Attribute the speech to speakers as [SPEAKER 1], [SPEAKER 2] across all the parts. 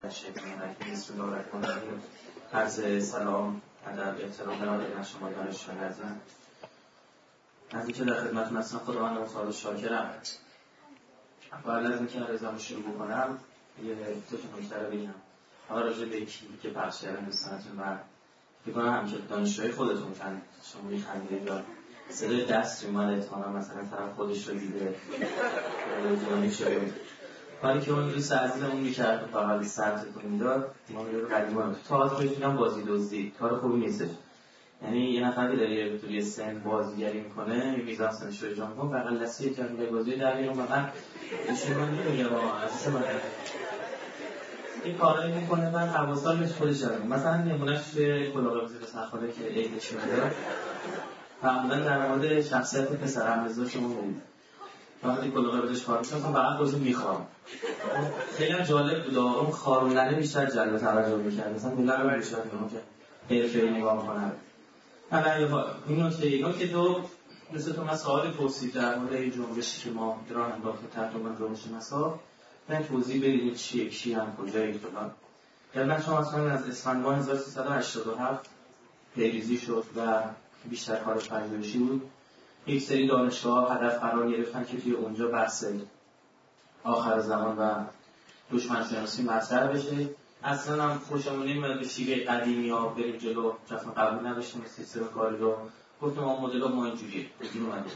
[SPEAKER 1] بسم الله الرحمن الرحیم. عرض سلام، ادب، احترام دارم شما دانشجویان عزیزم. از اینکه در خدمتتون هستم خداوند متعال شاکرم. قبل از اینکه عرضمو شروع بکنم یه دو تا نکته رو بگم. راجع به کلیپی که پخش کردم دوستانتون و فکر کنم هم که دانشجوی خودتون کردن شما می‌خندید یا صدای دست میاد احتمالاً مثلا طرف خودش رو دیده جوانی شده. کاری که اون دوست عزیزمون می‌کرد فقط سر تکون میداد، ما می‌گفتیم قدیما تو تئاتر بهشون بازی دزدی، کار خوبی نیستش. یعنی یه نفری داره توی سن بازیگری میکنه، میزان سنش رو اجرا میکنه، بغل دستی جنبه بازی در میون واقعا اشتباه نمیگه واقعا از من این کارایی میکنه و حواسا بهش خودش داره. مثلا نمونهش کلاغ وزیر سرخاله که عید شده معمولا در مورد شخصیت پسر امیرزا شما بود. وقتی کلاغ وزیرش کار میکنه فقط خودش میخوام. خیلی جالب بود، اون خاروندنه بیشتر جلب توجه میکرد. مثلا میلا رو برش داد که حرفه‌ای نگاه کنه. این نکته دو، مثل تو من سوالی پرسید در مورد این جنبشی که ما ایران انداخته تحت عنوان جنبش مساف، من توضیح بدید چیه، کی هم کجایی فلان. خدمت شما اصلا از اسفند ماه 1387 پیریزی شد و بیشتر کار پژوهشی بود. یک سری دانشگاه هدف قرار گرفتن که توی اونجا بحث آخر زمان و دشمن شناسی مطرح بشه. اصلا هم خوشمون نمیاد به شیوه قدیمی ها بریم جلو، چون قبول نداشتیم سیستم کاری رو. گفتم ما مدل ما اینجوریه بگیم اومدیم.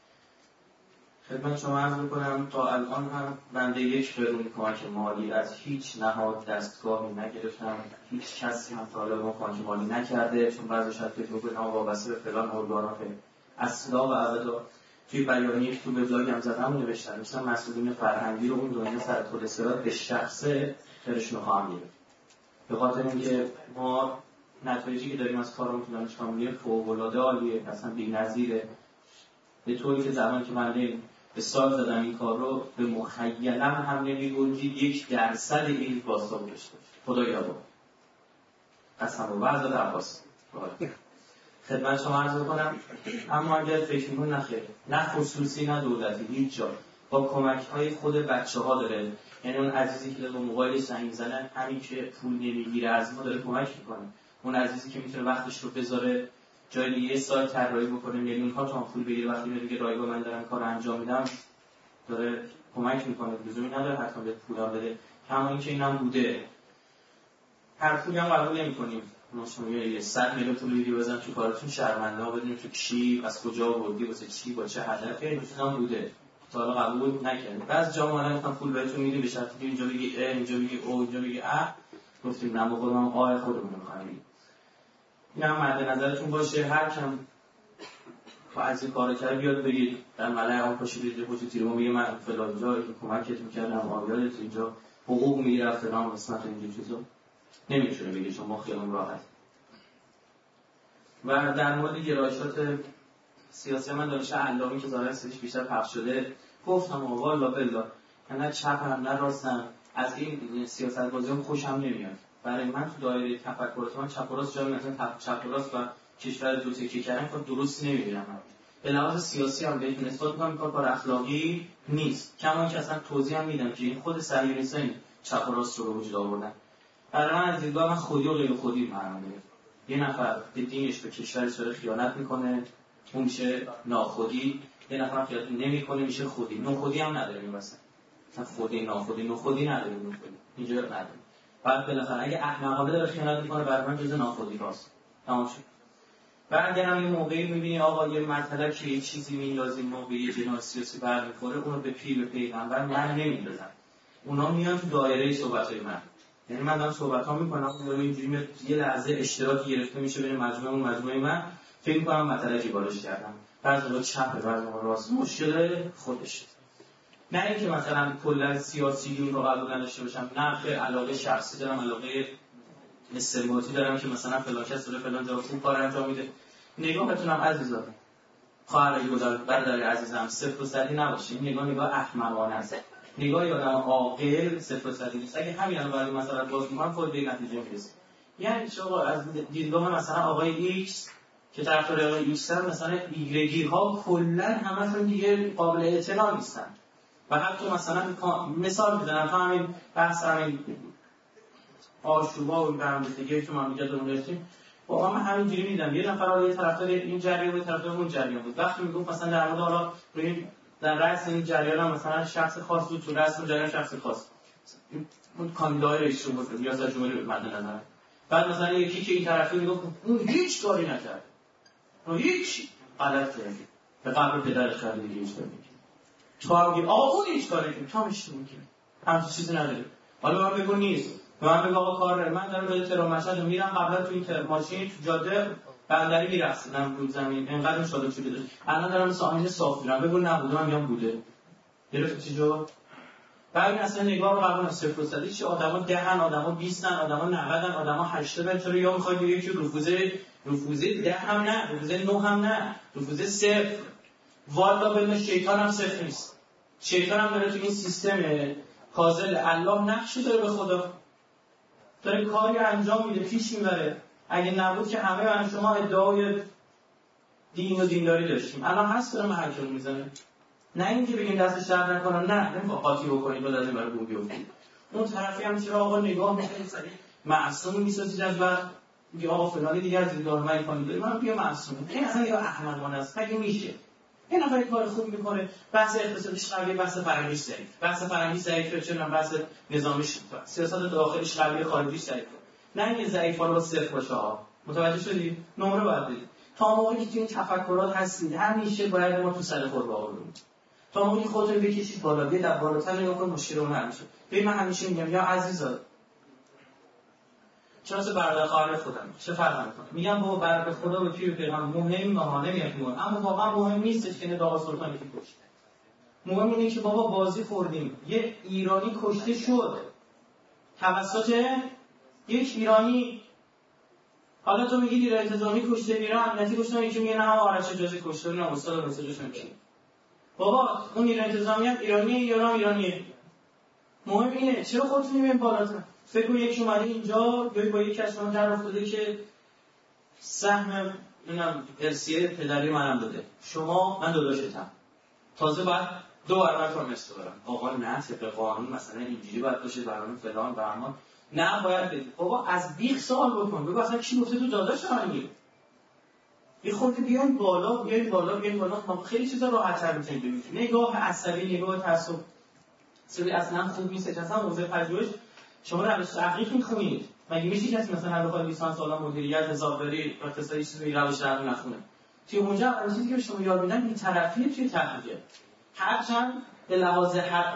[SPEAKER 1] خدمت شما عرض می‌کنم تا الان هم بنده یک قرون کمک مالی از هیچ نهاد دستگاهی نگرفتم، هیچ کسی هم تا الان کمک مالی نکرده، چون بعضی شاید فکر می‌کنن وابسته به فلان ارگانات اصلا و ابدا. توی بیانیه که تو وبلاگ هم زدم نوشتم مسئولین فرهنگی رو اون دنیا سر کلسترول به شخصه خیلیشون خواهم گرفت. به خاطر اینکه ما نتایجی که داریم از کارمون تو دانشگاه ملی فوق‌العاده عالیه، اصلا بی‌نظیره. به طوری که زمانی که من به سال زدم این کار رو به مخیلم هم نمی‌گنجید 1% این باستاب داشته. خدایا با قسم و وعده عباس خدمت شما عرض کنم. اما اگر فکر می‌کنید نخیر، نه خصوصی نه دولتی، هیچ جا با کمک‌های خود بچه‌ها داره. یعنی اون عزیزی که با موبایلش زنگ می‌زنه، همین که پول نمیگیره از ما داره کمک می‌کنه. اون عزیزی که می‌تونه وقتش رو بذاره جای دیگه سایت طراحی بکنه، میلیون‌ها تومان پول بگیره، وقتی میگه رایگان من دارم کار انجام میدم داره کمک می‌کنه. لزومی نداره حتما به پولا بده. کما اینکه اینم بوده هر پولی هم قبول نمی‌کنیم. شما یه 100 میلیون پول ویدیو بزنید تو کارتون شرمنده ها بدونید تو چی از کجا آوردی واسه چی با چه هدفی مثلا بوده تا حالا قبول نکردید. بعضی جامعه مثلا پول بهتون میدیم به شرطی که اینجا بگی ا اینجا بگی او اینجا بگی ا، گفتیم نه خودمون آ خودمون می‌خوایم. این هم مد نظرتون باشه. هر کم از این کارا کرد بیاد بگید در ملأ اون پاشید پشت تیرمو میگه من فلان جا کمکت می‌کردم آیات اینجا حقوق میگرفت فلان قسمت اینجوری چیزا نمی‌تونه بگه شما خیالون راحت. و در مورد گرایشات سیاسی من دانش علامی که ظاهرا سریش بیشتر پخش شده گفتم والا بالله نه چپ هم نه راستم از این سیاست بازی‌ها خوشم نمیاد. برای من تو دایره تفکرات من چپ و راست جایی مثلا چپ و راست و کشور دو تکیه کردن کار درست نمی‌بینم. به لحاظ سیاسی هم بهتون اثبات می‌کنم کار اخلاقی نیست. کما که اصلا توضیح هم میدم که این خود صهیونیست‌ها چپ و راست رو به وجود آوردن. برای من از دیدگاه من خودی و غیر خودی معنی داره. یه نفر به دینش به کشورش داره خیانت میکنه، اون میشه ناخودی. یه نفر خیانت نمیکنه میشه خودی. ناخودی هم نداریم مثلا. خودی ناخودی نداریم ناخودی. اینجا نداریم. بعد بالاخره اگه احمقانه داره خیانت میکنه برای من جزء ناخودی هست. تمام شد. بعد اگر هم یه موقعی میبینی آقا یه مطلب که یه چیزی میندازیم ما به یه جناح سیاسی برمیخوره اونو به پیر به پیغمبر من نمیندازم. اونا میان تو دایره صحبتای من. یعنی من دارم صحبت‌ها می‌کنم اون اینجوری یه لحظه اشتراکی گرفته میشه بین مجموعه من فکر می‌کنم مطلبی بالاش کردم. بعضی وقتا چپه بعضی وقتا راست مشکل خودش. نه اینکه مثلا کلا سیاسیون رو قبول نداشته باشم، نه خیلی علاقه شخصی دارم، علاقه استعماراتی دارم که مثلا فلان کس داره فلان جا خوب کار انجام میده. نگاهتون هم عزیزانه خواهر برادر عزیزم صفر و صدی نباشه. این نگاه احمقانه است. نگاه آدم عاقل صفر و صدی نیست. اگه همین الان برای مثلا باز می‌کنم خود به نتیجه میرسه. یعنی شما از دیدگاه مثلا آقای ایکس که طرفدار آقای ایکس هم مثلا ایگرگیرها کلا همشون دیگه قابل اعتنا نیستن. و حتی مثلا مثال میزنم همین بحث همین آشوبا و برندگی که ما میگه اون داشتیم واقعا من همینجوری میدیدم یه نفر حالا یه طرفدار این جریان بود طرفدار اون جریان بود وقتی میگفت مثلا در مورد حالا روی در رأس این جریان هم مثلا شخص خاص بود تو رأس اون جریان شخص خاص اون کاندیدای رئیس جمهوری ریاست جمهوری مد نظر بعد مثلا یکی که این طرفی میگفت اون هیچ کاری نکرد اون هیچ غلط کرد به قبر پدرش کرد دیگه هیچ کاری نکرد تو هم میگی آقا اون هیچ کاری نکرد تو هم اشتباه می‌کنی همچین چیزی نداره حالا من بگو نیست من بگم آقا کار من دارم به تهران مشهد میرم قبلا تو این ماشین تو جاده بندری میرسیدم رو زمین اینقدر شده شده داشت الان دارم ساحل صاف میرم بگو نبوده من میگم بوده گرفت چی جو بعد اصلا نگاه رو قبلا 0% چه آدما دهن آدما 20 ان آدما 90 ان آدما 80 چرا یا میخواد بگی که رفوزه 10 هم نه رفوزه 9 هم نه رفوزه 0 والا بین شیطان هم 0 نیست شیطان هم داره تو این سیستم پازل الله نقشی داره به خدا داره کاری انجام میده پیش میبره اگه نبود که همه من شما ادعای دین و دینداری داشتیم الان هست داره محکم میزنه نه اینکه بگیم دستش درد نکنه نه نمیخواد قاطی بکنید بعد از این برای بوم بیفتید اون طرفی هم چرا آقا نگاه میکنه سری معصوم میسازید از بعد میگه آقا فلانی دیگه از دیدار من کنید داره من میگم معصومه این اصلا یه احمقانه است مگه میشه این نفر کار خوب میکنه بحث اقتصادیش قوی بحث فرهنگیش ضعیف بحث فرهنگی ضعیفه چون بحث نظامیش سیاست داخلیش قوی خارجیش ضعیفه نه این ضعیفا رو صفر باشه ها متوجه شدی نمره باید بدید تا موقعی که تو این تفکرات هستید همیشه باید ما تو سر خود باقیم تا موقعی خودتون بکشید بالا بیاید در بالاتر نگاه کنید مشکل اون حل میشه ببین من همیشه میگم یا عزیزا چرا برادر خواهر خودم چه فرق میکنه میگم بابا برادر خدا و پیر پیغمبر مهم ماهانه میگم اما واقعا مهم نیستش که آقا سلطانی کشته مهم اینه که بابا بازی خوردیم یه ایرانی کشته شد توسط یک ایرانی حالا تو میگی دیر انتظامی کشته ایران امنیتی کشته یکی میگه نه آرش اجازی کشته نه استاد مسیجش نمیشه بابا اون ایران انتظامی هم ایرانیه یا ایرانیه مهم اینه چرا خودت نمیبین بالاتر فکر کن یکی اومده اینجا یا با یک کشور در افتاده که سهم اینم ارسیه پدری منم داده شما من داداشتم تازه بعد 2 برابر تو مثل دارم آقا نه طبق قانون مثلا اینجوری باید باشه برنامه فلان برنامه نه باید بدید بابا از بیخ سوال بکن بگو اصلا کی گفته تو داداش من میگی یه خورده بیاین بالا ما خیلی چیزا راحت‌تر می‌تونید ببینید نگاه عصبی نگاه تعصب سری اصلا خوب نیست اصلا موضوع پژوهش شما روش تحقیق می‌خونید مگه میشه کسی مثلا بخواد لیسانس عالی مدیریت حسابداری اقتصادی چیزی روش درس نخونه توی اونجا اون چیزی که به شما یاد میدن بی‌طرفیه توی تحقیق هرچند به لحاظ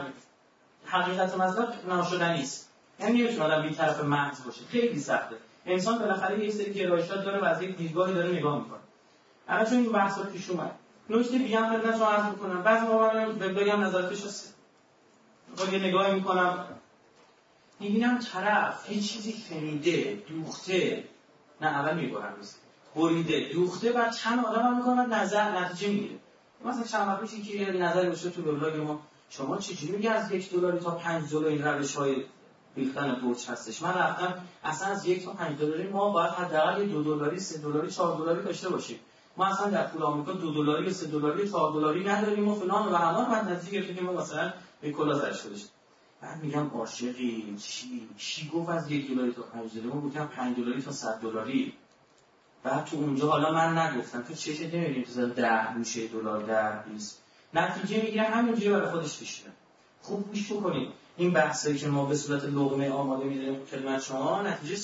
[SPEAKER 1] حقیقت مطلب ناشدنی نیست یعنی نمیتونه آدم بی‌طرف محض باشه خیلی سخته انسان بالاخره یه سری گرایشات داره و از یک دیدگاهی داره نگاه می‌کنه الان چون این بحثا پیش اومد نکته دیگه هم خدمتتون عرض می‌کنم بعضی موقع من بگم نظراتش هست یه نگاهی می‌کنم می‌بینم طرف یه چیزی شنیده دوخته نه اول می‌گورم بریده دوخته بعد چند آدم هم می‌کنه نتیجه میگیره مثلا چند وقت پیش یکی نظر گذاشته تو وبلاگ ما شما چجوری میگی از $1 تا $5 این روش‌های ریختن برج هستش من رفتم اصلا از $1 تا $5 ما باید حداقل $2 $3 $4 داشته باشیم ما اصلا در پول آمریکا $2 $3 $4 نداریم و فلان و همان بعد نتیجه گرفتیم که ما مثلا به کلا زرش شدیم بعد میگم عاشقی چی گفت از $1 تا $5 ما گفتم $5 تا $100 بعد تو اونجا حالا من نگفتم تو چشه نمی‌بینی تو 10 میشه دلار 10 20 نتیجه میگیره همینجوری برای خودش پیش میره خوب گوش بکنید این بحثی که ما به صورت لقمه آماده می‌ذاریم خدمت شما نتیجه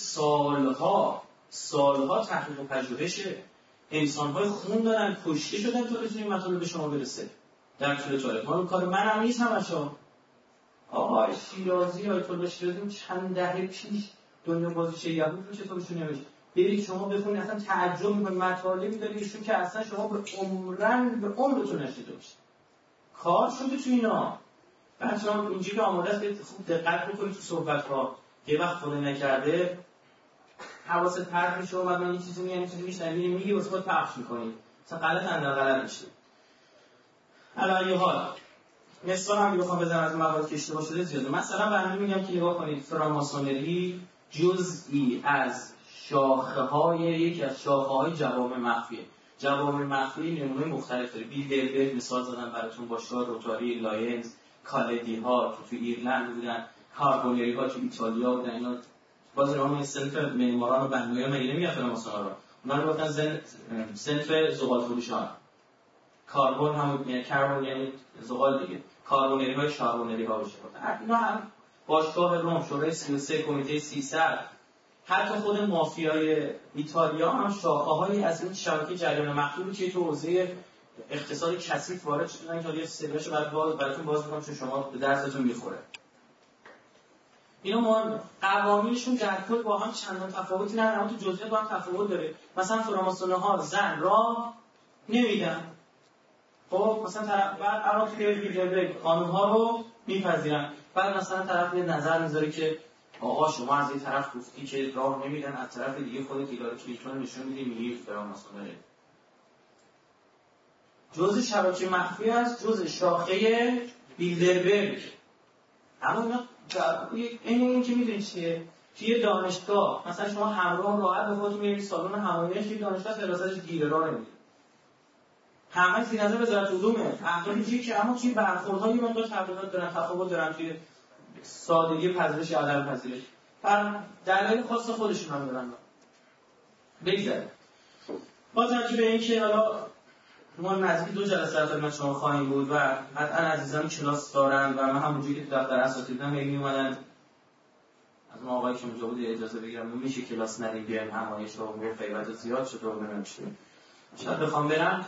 [SPEAKER 1] سالها تحقیق و پژوهشه انسان‌های خون دارن کشته شدن تا بتونیم مطالب به شما برسه در طول تاریخ ما کار منم نیست همشون آقای شیرازی آیت الله شیرازی چند دهه پیش دنیا بازیچه یهود رو چطورشون نوشت برید شما بخونید اصلا تعجب می‌کنید مطالبی داره ایشون که اصلا شما به عمرتون نشیده باشید کار شده تو اینا بچه‌ها اینجوری که آماده است خوب دقت بکنید تو صحبت‌ها یه وقت خود نکرده حواست پرت میشه و بعد من یه چیزی میگی واسه خود پخش می‌کنید مثلا غلط میشه علی حال مثلا هم بخوام بزنم از مواد که اشتباه شده زیاده مثلا برنامه میگم که نگاه کنید فراماسونری جزئی از شاخه‌های یکی از شاخه‌های جوامع مخفیه جوامع مخفی نمونه مختلف داره بیلدربرگ مثال زدم براتون باشگاه روتاری لاینز کالدی ها تو ایرلند بودن کاربونری ها تو ایتالیا بودن اینا باز اینا صنف معماران و بنایان مگه نمیگن فراماسونا رو، اونا رو گفتن صنف زغال فروشان. کاربن هم یعنی کربن یعنی زغال دیگه، کاربونری های شاربونری ها بشه. اینا هم باشگاه روم، شورای 33، کمیته 300، حتی خود مافیای ایتالیا هم شاخه‌هایی از این شبکه جریان مخفی که تو حوزه اقتصاد کثیف وارد شدن که یه سریاشو براتون باز می‌کنم چون شما به درستون می‌خوره. اینا قوانینشون در کل با هم چندان تفاوتی نداره، اما تو جزئیات با هم تفاوت داره. مثلا فراماسون‌ها زن را نمیدن. خب مثلا طرف بعد الان توی قانون‌ها رو میپذیرن، بعد مثلا طرف یه نظر میذاره که آقا شما از این طرف گفتی که راه نمیدن، از طرف دیگه خودت ایداره کلیتون نشون میدی میگی فراماسونره. جزء شبکه مخفی است، جزء شاخه بیلدربرگ. اما این که میدونید چیه؟ توی دانشگاه مثلا شما همراه راحت به خودتون میرید سالن همایش، توی دانشگاه حراستش گیره راه نمیدید. همه زیر نظر وزارت علومه، اخلاقی که اما توی برخوردها یه مقدار تفاوت دارن، تفاوت دارن توی سادگی پذیرش یا عدم پذیرش. هر دلایل خاص خودشون هم دارن. بگذاریم. با توجه به اینکه حالا ما نزدیک 2 جلسه خدمت شما خواهیم بود و قطعا عزیزان کلاس دارن و من همونجوری که تو دفتر اساتیدم میومدن از ما آقایی که اونجا بود اجازه بگیرم میشه کلاس ندیم بیایم همایش رو غیبت زیاد شده و نمیشه. شاید بخوام برم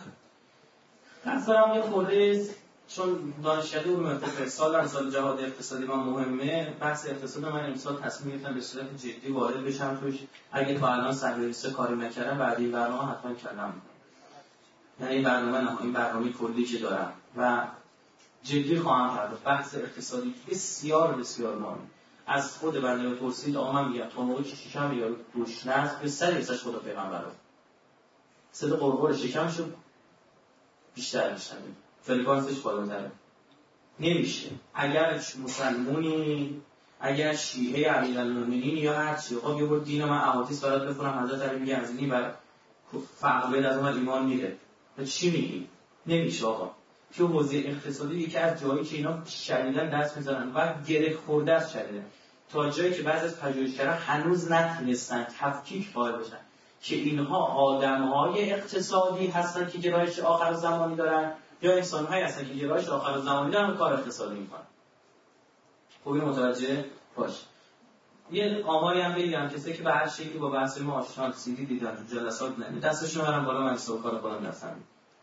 [SPEAKER 1] دارم یه خورده چون دانشکده علوم اقتصاد سال جهاد اقتصادی من مهمه، بحث اقتصاد من امسال تصمیم گرفتم به صورت جدی وارد بشم توش. اگه تا الان سرریسته کاری نکردم بعد این برنامه حتما کردم. یعنی این برنامه نه، این برنامه کلی که دارم و جدی خواهم کرد. بحث اقتصادی بسیار بسیار مهمه. از خود بنده پرسید آقا من میگم تا موقعی که شکم یا گوش نست به سرریستش خدا پیغمبر رو صدا قرقر شکمشو بیشتر میشنویم، فرکانسش بالاتره. نمیشه اگر مسلمونی، اگر شیعه امیرالمومنین یا هر چی، خب یه بار دین من احادیث برات بخونم حضرت علی میگه از این بر فقبل از اون ایمان میره. چی میگی؟ نمیشه آقا. تو حوزه اقتصادی یکی از جایی که اینا شدیداً دست میزنن و گره خورده است شدیداً تا جایی که بعضی از پژوهشگران هنوز نتونستن تفکیک قائل بشن که اینها آدم‌های اقتصادی هستن که گرایش آخرالزمانی دارن یا انسان‌هایی هستن که گرایش آخرالزمانی دارن و کار اقتصادی میکنن. خوب متوجه باش. یه آماری هم بگم کسی که به هر شکلی با بحث ما آشنا سیدی دیدن تو جلسات نه دستشون برام بالا من سوال کنم دستم.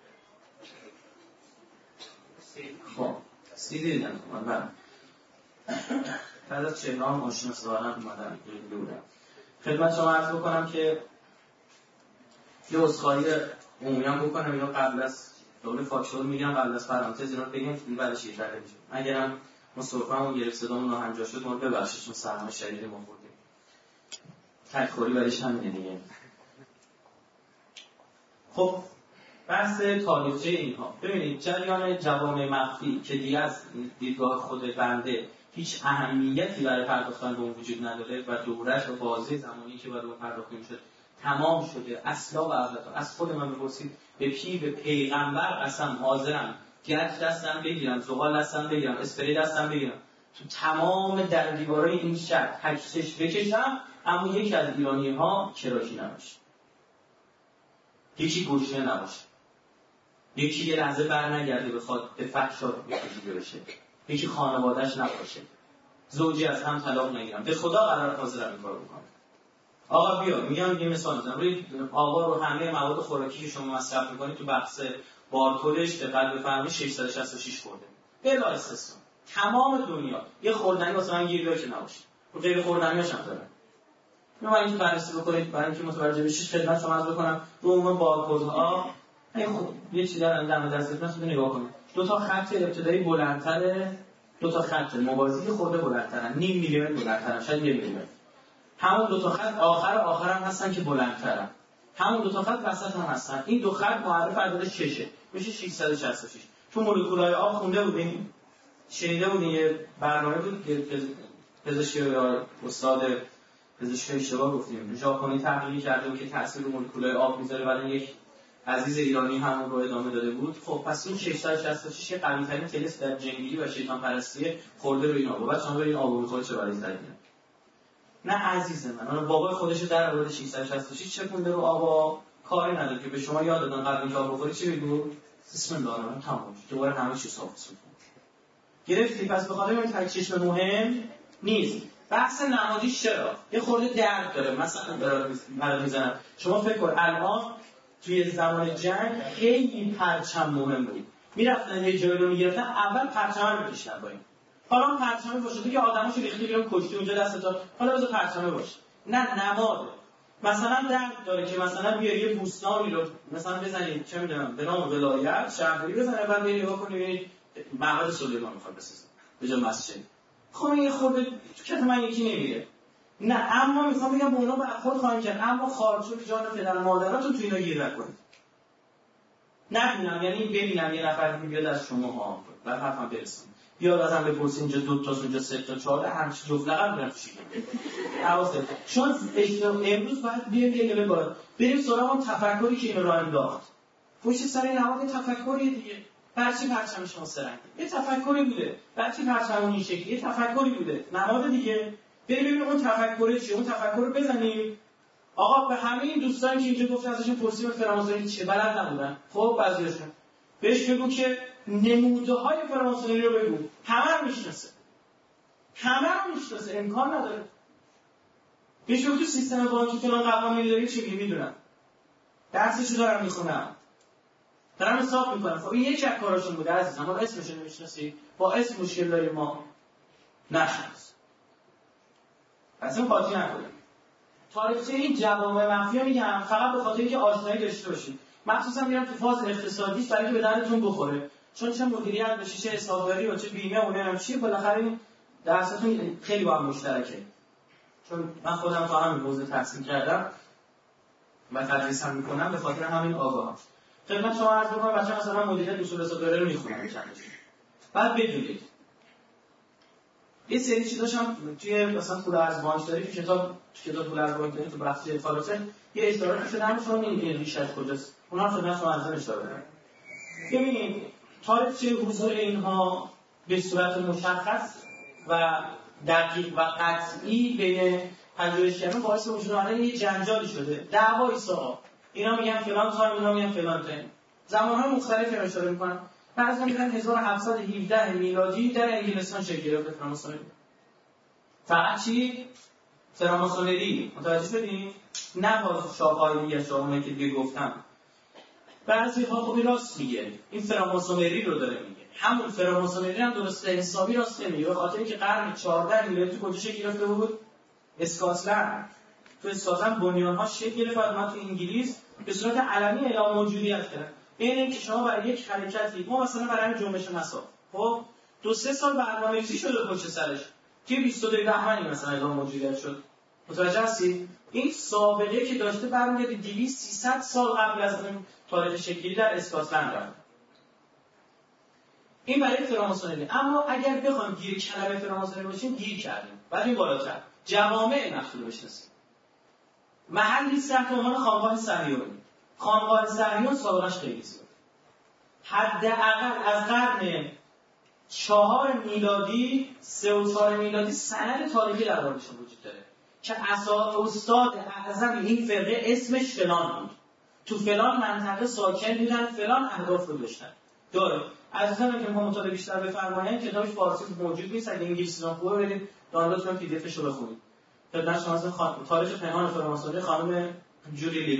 [SPEAKER 1] خب سیدی دیدن من بعد از چهرهام آشنا سوالم اومدن بودم. خدمت شما عرض بکنم که یه عذرخواهی عمومی هم بکنم. اینا قبل از دور فاکتور میگم قبل از پرانتز اینا بگیم بعدش یه ذره میشه. اگرم ما صرفمون گرفت صدامون ناهنجار شد ما ببخشید چون سرما شدید ما خوردیم. تک‌خوری برایش همینه دیگه. خب بحث تاریخچه اینها ببینید جریان جوامع مخفی که دیگه از دیدگاه خود بنده هیچ اهمیتی برای پرداختن به اون وجود نداره و دورش و بازه زمانی که باید اون پرداخت میشد تمام شده. اصلا و ابدا از خود من بپرسید به پیغمبر قسم حاضرم گچ دستم بگیرم، زغال دستم بگیرم، اسپری دستم بگیرم تو تمام در دیوارای این شهر تکسش بکشم اما یکی از ایرانی‌ها کراشی نباشه، یکی گوشه نباشه، یکی یه لحظه بر نگرده بخواد به فحشا بکشیده بشه، یکی خانواده‌اش نباشه، زوجی از هم طلاق نگیرن. به خدا قرار حاضرم این کارو بکنم. آقا بیا میگم یه مثال میزنم روی آقا رو همه مواد خوراکی که شما مصرف میکنید تو بحث بارکدش دقت بفرمایید 666 خورده بلا استثنا. تمام دنیا یه خوردنی واسه من گیر بیاره که نباشه، رو غیر خوردنیاش هم داره. اینو من اینکه بررسی بکنید برای اینکه متوجه بشید خدمت شما عرض بکنم رو عموم بارکدها یه چیزی دارن دم دستتون نگاه کنید. دو تا خط ابتدایی بلندتره، دو تا خط موازی خورده بلندترن، نیم میلیمتر بلندترن، شاید 1 میلیمتر. همون دو تا خط آخر هم هستن که بلندترن، همون دو تا خط وسط هم هستن. این دو خط معرف عدد 6 میشه 666. تو مولکولای آب خونده بودین، شنیده بودین یه برنامه بود که پزشکی یا استاد پزشکی اشتباه گفتیم ژاپنی تحقیقی کرده بود که تاثیر رو مولکولای آب میذاره. بعد یک عزیز ایرانی همون رو ادامه داده بود. خب پس این 666 یه قوی ترین تلس در جنگیری و شیطان پرستی خورده رو این آب. بعد شما برید آب رو چه برای زدید. نه عزیز من، بابای خودش در آورده 666 چپونده رو آبا، کاری نداره که به شما یاد دادن قبل اینکه آب بخوری چی بگو؟ بسم الله الرحمن الرحیم. تمام دوباره همه چی صاف شد. گرفتی؟ پس به خاطر این تک چشم مهم نیست. بحث نمادیش چرا؟ یه خورده درد داره. مثلا برات میزنم. شما فکر کن الان توی زمان جنگ خیلی پرچم مهم بود. میرفتن یه جایی رو میگرفتن، اول پرچم رو میکشتن با این. حالا پرچمه باشه تو که آدماشو ریختی بیرون کشتی اونجا دستتا، حالا بذار پرچمه باشه. نه نماده. مثلا درد داره که مثلا بیاری یه بوستانی رو مثلا بزنید چه میدونم به نام ولایت شهرداری بزنید، بعد برید نگاه کنید ببینید معبد سلیمان میخواد بسازه به جای مسجد. خب این خورده تو کت من یکی نمیره. نه اما میخوام بگم به اونا برخورد خواهیم کرد، اما خارجو جان پدر مادراتون تو اینا گیر نکنید. نبینم یعنی ببینم یه نفر بیاد از شما ها بعد حرفم برسم بیاد ازم بپرسید اینجا 2 تا اونجا 3 تا 4 هر چی جفت لقب میرم چی حواست. چون امروز باید بیایم یه لول بالا بریم سراغ اون تفکری که اینو راه انداخت. پشت سر نماد تفکری دیگه. برچی پرچم شما سرنگ یه تفکری بوده، برچی پرچم این شکلی یه تفکری بوده، نماد دیگه. بریم ببینیم اون تفکر چیه، اون تفکر رو بزنیم. آقا به همه این دوستانی که اینجا گفت ازشون پرسیم فراماسونری چیه بلد نبودن، خب بعضیاشون بهش بگو که نموده‌های فراماسونری رو بگو، همه رو میشناسه، امکان نداره. بهش بگو تو سیستم بانکی فلان قوانینی داری چی میدونن، درسشو دارم میخونم، دارم حساب میکنم. خب این یکی از کاراشون بوده عزیزم، ما اسمش رو نمیشناسی، با اسم مشکل داریم ما نشناس، اصلا قاطی نکنیم. تاریخچه این جوامع مخفی میگم فقط به خاطر اینکه آشنایی داشته باشید. مخصوصا میرم تو فاز اقتصادی برای اینکه به دردتون بخوره، چون چه مدیریت بشه چه حسابداری و چه بیمه اون هم چیه، بالاخره این درساتون خیلی با هم مشترکه. چون من خودم تا همین حوزه تحصیل کردم و تدریس هم میکنم، به خاطر همین آگاهم. خدمت شما عرض میکنم بچه‌ها مثلا مدیریت اصول حسابداری رو میخونن چندش. بعد بدونید یه سری چیزاشم توی مثلا پول ارز بانکداری که کتاب پول ارز بانکداری تو بحث فارسه یه اشتراکی شده، هم شما این ریشش کجاست اونا هم شما از اشاره دارن. ببینید تاریخچه حضور اینها به صورت مشخص و دقیق و قطعی بین پژوهشگران باعث وجود آمدن یه جنجالی شده، دعوای ساعت. اینا میگن فلان تایم، اینا میگن فلان تایم. زمان‌های مختلفی رو اشاره می‌کنن. بعضی میگن 1717 میلادی در انگلستان شکل گرفت فراماسونری. فقط چی؟ فراماسونری. متوجه شدین؟ نه باز شاخه‌های دیگه شاخه‌ای که دیگه گفتم. بعضی‌ها خب راست میگه. این فراماسونری رو داره میگه. همون فراماسونری هم درسته حسابی راست نمیگه. به خاطر اینکه قرن 14 میلادی تو کجا شکل گرفته بود؟ اسکاتلند. تو اسکاتلند بنیان‌ها شکل گرفت و تو انگلیس به صورت علنی اعلام موجودیت کرد. این که شما برای یک حرکتی ما مثلا برای جنبش مساف خب 2-3 سال برنامه‌ریزی شده پشت سرش که 22 بهمنی مثلا اعلام موجودیت شد. متوجه هستید؟ این سابقه که داشته برمیگرده 200-300 سال قبل از این تاریخ شکلی در اسکاتلند رفت. این برای فراماسونری. اما اگر بخوایم گیر کلمه فراماسونری باشیم گیر کردیم. بعد این بالاتر جوامع مخفی بشناسیم. محلی تحت عنوان خانقاه صهیونی. خانقاه صهیون سابقش خیلی زیاد. حداقل از قرن 4 میلادی 3 و 4 میلادی سند تاریخی درباره‌اش وجود داره که استاد اعظم این فرقه اسمش فلان بود، تو فلان منطقه ساکن بودن، فلان اهداف رو داشتن. داره عزیزان که ما مطالعه بیشتر بفرمایید کتابش فارسی موجود نیست، اگه انگلیسی خوبه برید دانلود کنید پی دی افش رو بخونید. خدمت شما از تاریخ پنهان فراماسونری خانم جوری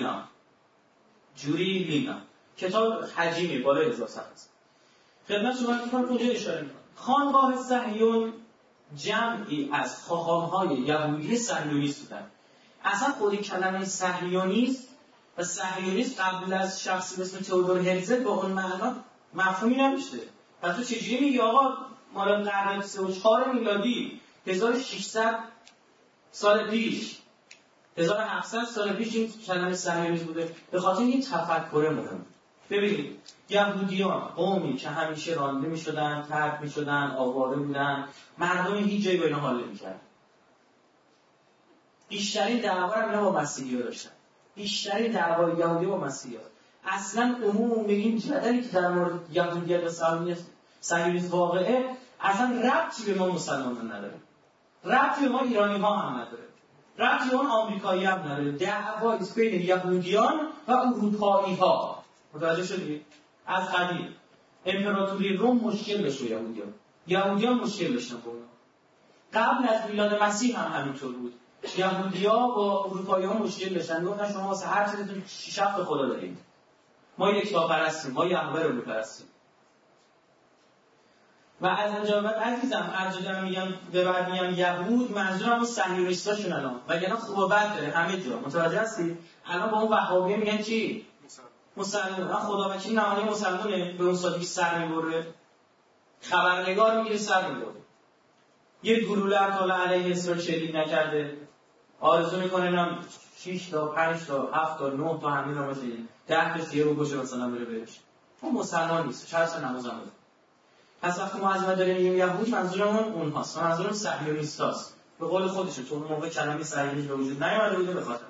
[SPEAKER 1] لینا کتاب حجیمی بالای 1000 صفحه است. خدمت شما میگم کجا اشاره میکنم. خانقاه صهیون جمعی از خاخام‌های یهودی صهیونیست بودن. اصلا خود کلمه صهیونیست و صهیونیست قبل از شخصی به اسم تئودور هرزل با اون معنا مفهومی نداشته. پس تو چجوری میگی آقا مال قرن 3 و 4 میلادی 1600 سال پیش 1700 سال پیش این کلمه صهیونیسم بوده؟ به خاطر این تفکر مهم. ببینید یهودیان قومی که همیشه رانده میشدن، ترک میشدن، آواره بودن، مردم هیچ جایی با اینا حال نمی‌کردن. بیشترین دعوا رو اینا با مسیحی‌ها داشتن. بیشترین دعوای یهودی با مسیحی‌ها. اصلا عموم این جدلی که در مورد یهودیت و صهیونیسم واقعه اصلا ربطی به ما مسلمانان نداره. ربطی به ما ایرانی‌ها هم نداره. ربطی اون آمریکایی هم نداره. دعوایی بین یهودیان و اروپایی‌ها. متوجه شدید؟ از قدیم امپراتوری روم مشکل داشت با یهودیان مشکل داشتن با اونا. قبل از میلاد مسیح هم همینطور بود. یهودی‌ها با اروپایی‌ها مشکل داشتن. گفتن شما واسه هر چیزتون 6 تا خدا دارید. ما یکتاپرستیم، ما یهوه رو می‌پرستیم. و از اینجا بعد عزیزم ارجاً میگم به بعد میگم یهود، منظورم اون صهیونیستاشون الان. وگرنه خوب و بد داره همه جا. متوجه هستی؟ الان با اون وهابیه میگن چی؟ مسلمان. من خدا وکیل نمونه مسلمانه به اون سادگی سر میبره. خبرنگار میگیره سر میبره. یه گلوله اطلاع علیه اسرائیل شلیک نکرده. آرزو میکنه اینم 6 تا 5 تا 7 تا 9 تا همین رو باشه. 10 تا شیعه رو گوشه مثلا بره بهش. اون مسلمان نیست. چرا اصلا نماز نمیخونه؟ پس وقتی ما از ما داریم میگیم یهود، منظورمون اونهاست. منظورم صهیونیستاست. به قول خودشون تو اون موقع کلمه صهیونیسم به وجود نیامده بوده به خاطر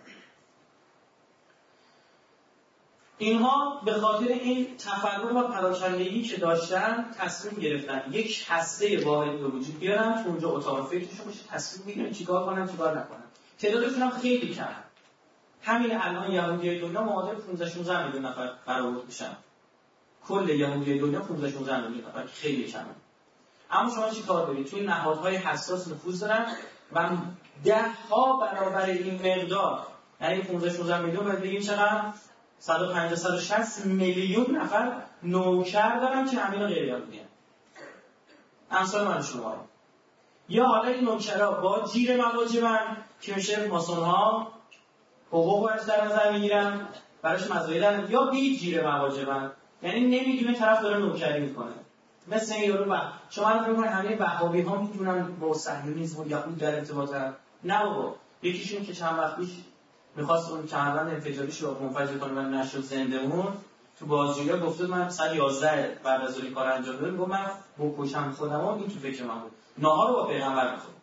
[SPEAKER 1] اینها به خاطر این تفرق و پراکندگی که داشتن تصمیم گرفتن یک هسته واحد به وجود بیارن که اونجا اتاق فکرشون باشه، تصمیم بگیرن چیکار کنن چیکار نکنن. تعدادشون هم خیلی کمه. همین الان یهودیای دنیا معادل 15-16 میلیون نفر برآورد میشن. کل یهودیای دنیا 15-16 میلیون نفر، خیلی کمه. اما شما چیکار دارید؟ توی نهادهای حساس نفوذ دارن و 10 ها برابر این مقدار، یعنی 15-16 میلیون بعد بگیم چقدر 150-160 میلیون نفر نوکر دارن که همین غیر یهودیان. امثال من شما یا حالا این نوکرها با جیر مواجبن که میشه ماسون‌ها حقوق برش در نظر میگیرن، براش مزایای دارن، یا بی جیر مواجبن، یعنی نمیدونه طرف داره نوکری میکنه. مثل این یارو شما الان فکر کنید همه وهابی ها میتونن با صهیونیسم و یهود در ارتباطن؟ نه بابا. یکیشون که چند وقت پیش می‌خواست اون کمربند انفجاریش رو منفجر کنه و نشد زنده‌مون، تو بازجویی گفت من 111 بعد از این کار انجام دادم، گفت من بکشم خودم. این تو فکر من بود. ناهار رو با پیغمبر می‌خورد.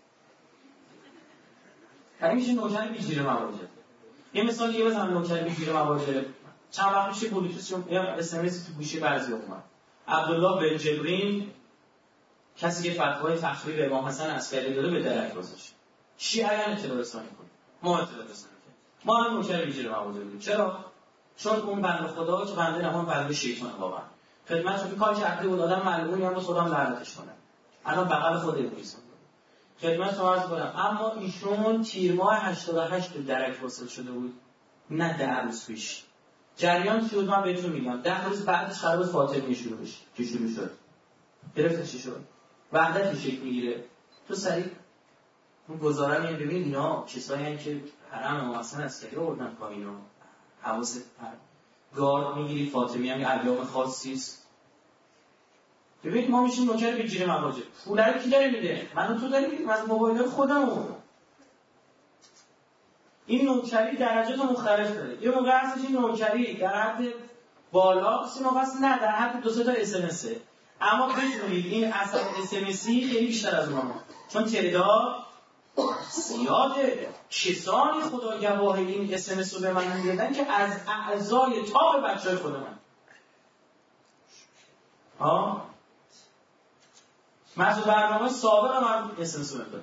[SPEAKER 1] همیشه نوکر بی‌جیر مواجه. یه مثال دیگه بزنم نوکر بی‌جیر مواجه. چند وقت پیش بلوتوث یا اس ام اس تو گوشی بعضی اومد. عبدالله بن جبرین کسی که فتوای تخریب امام حسن عسکری داده به درک گذاشت. شیعیان اطلاع رسانی کنه. ما اطلاع رسانی کنیم. ما هم نوکر بی‌جیر مواجه بودیم. چرا؟ چون اون بنده خدا که بنده نمون بنده شیطان واقعا. خدمتتون کار کرده بود آدم ملعونی هم خودم لعنتش کنه. الان بغل خود ابلیس خدمتتون عرض کنم. اما ایشون تیر ماه 88 تو درک وصل شده بود. نه 10 روز پیش. جریان چی بود من بهتون میگم. 10 روز بعدش قرار فاطمی شروع بشه. چی شروع شد؟ گرفت چی شد؟ وحدت شکل میگیره. تو سریع اون گزاره میاد ببین اینا کسایی هستن که حرم اصلا عسکری آوردن پایین رو. حواست گارد میگیری فاطمی هم ایام خاصی است. ببین ما میشیم نوکر بی‌جیر مواجه. پول رو کی داره میده؟ من و تو داریم میدیم از موبایل خودمون. این نوکری درجات مختلف داره. یه موقع هستش این نوکری در حد بالا، سی موقع هست نه در حد 2-3 تا اس ام اس. اما بدونید این اصل اس ام اس خیلی بیشتر از اونها. چون تعداد زیاده. کسانی خدا گواه این اس ام اس رو به من میدادن که از اعضای تاق بچه‌های خود من. من تو برنامه سابق من اس ام اس رو دادم.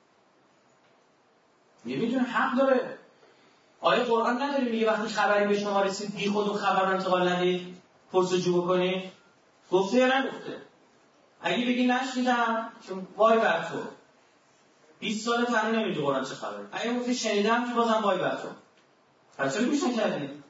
[SPEAKER 1] نمیدونه حق داره. آیه قرآن نداره میگه وقتی خبری به شما رسید بی خود و خبر انتقال ندید، پرسجو بکنید؟ گفته یا نگفته؟ اگه بگی نشنیدم چون وای بر تو 20 سال تنی نمیدونی قرآن چه خبره. اگه گفتی شنیدم که بازم وای بر تو. پس چرا گوش نکردید؟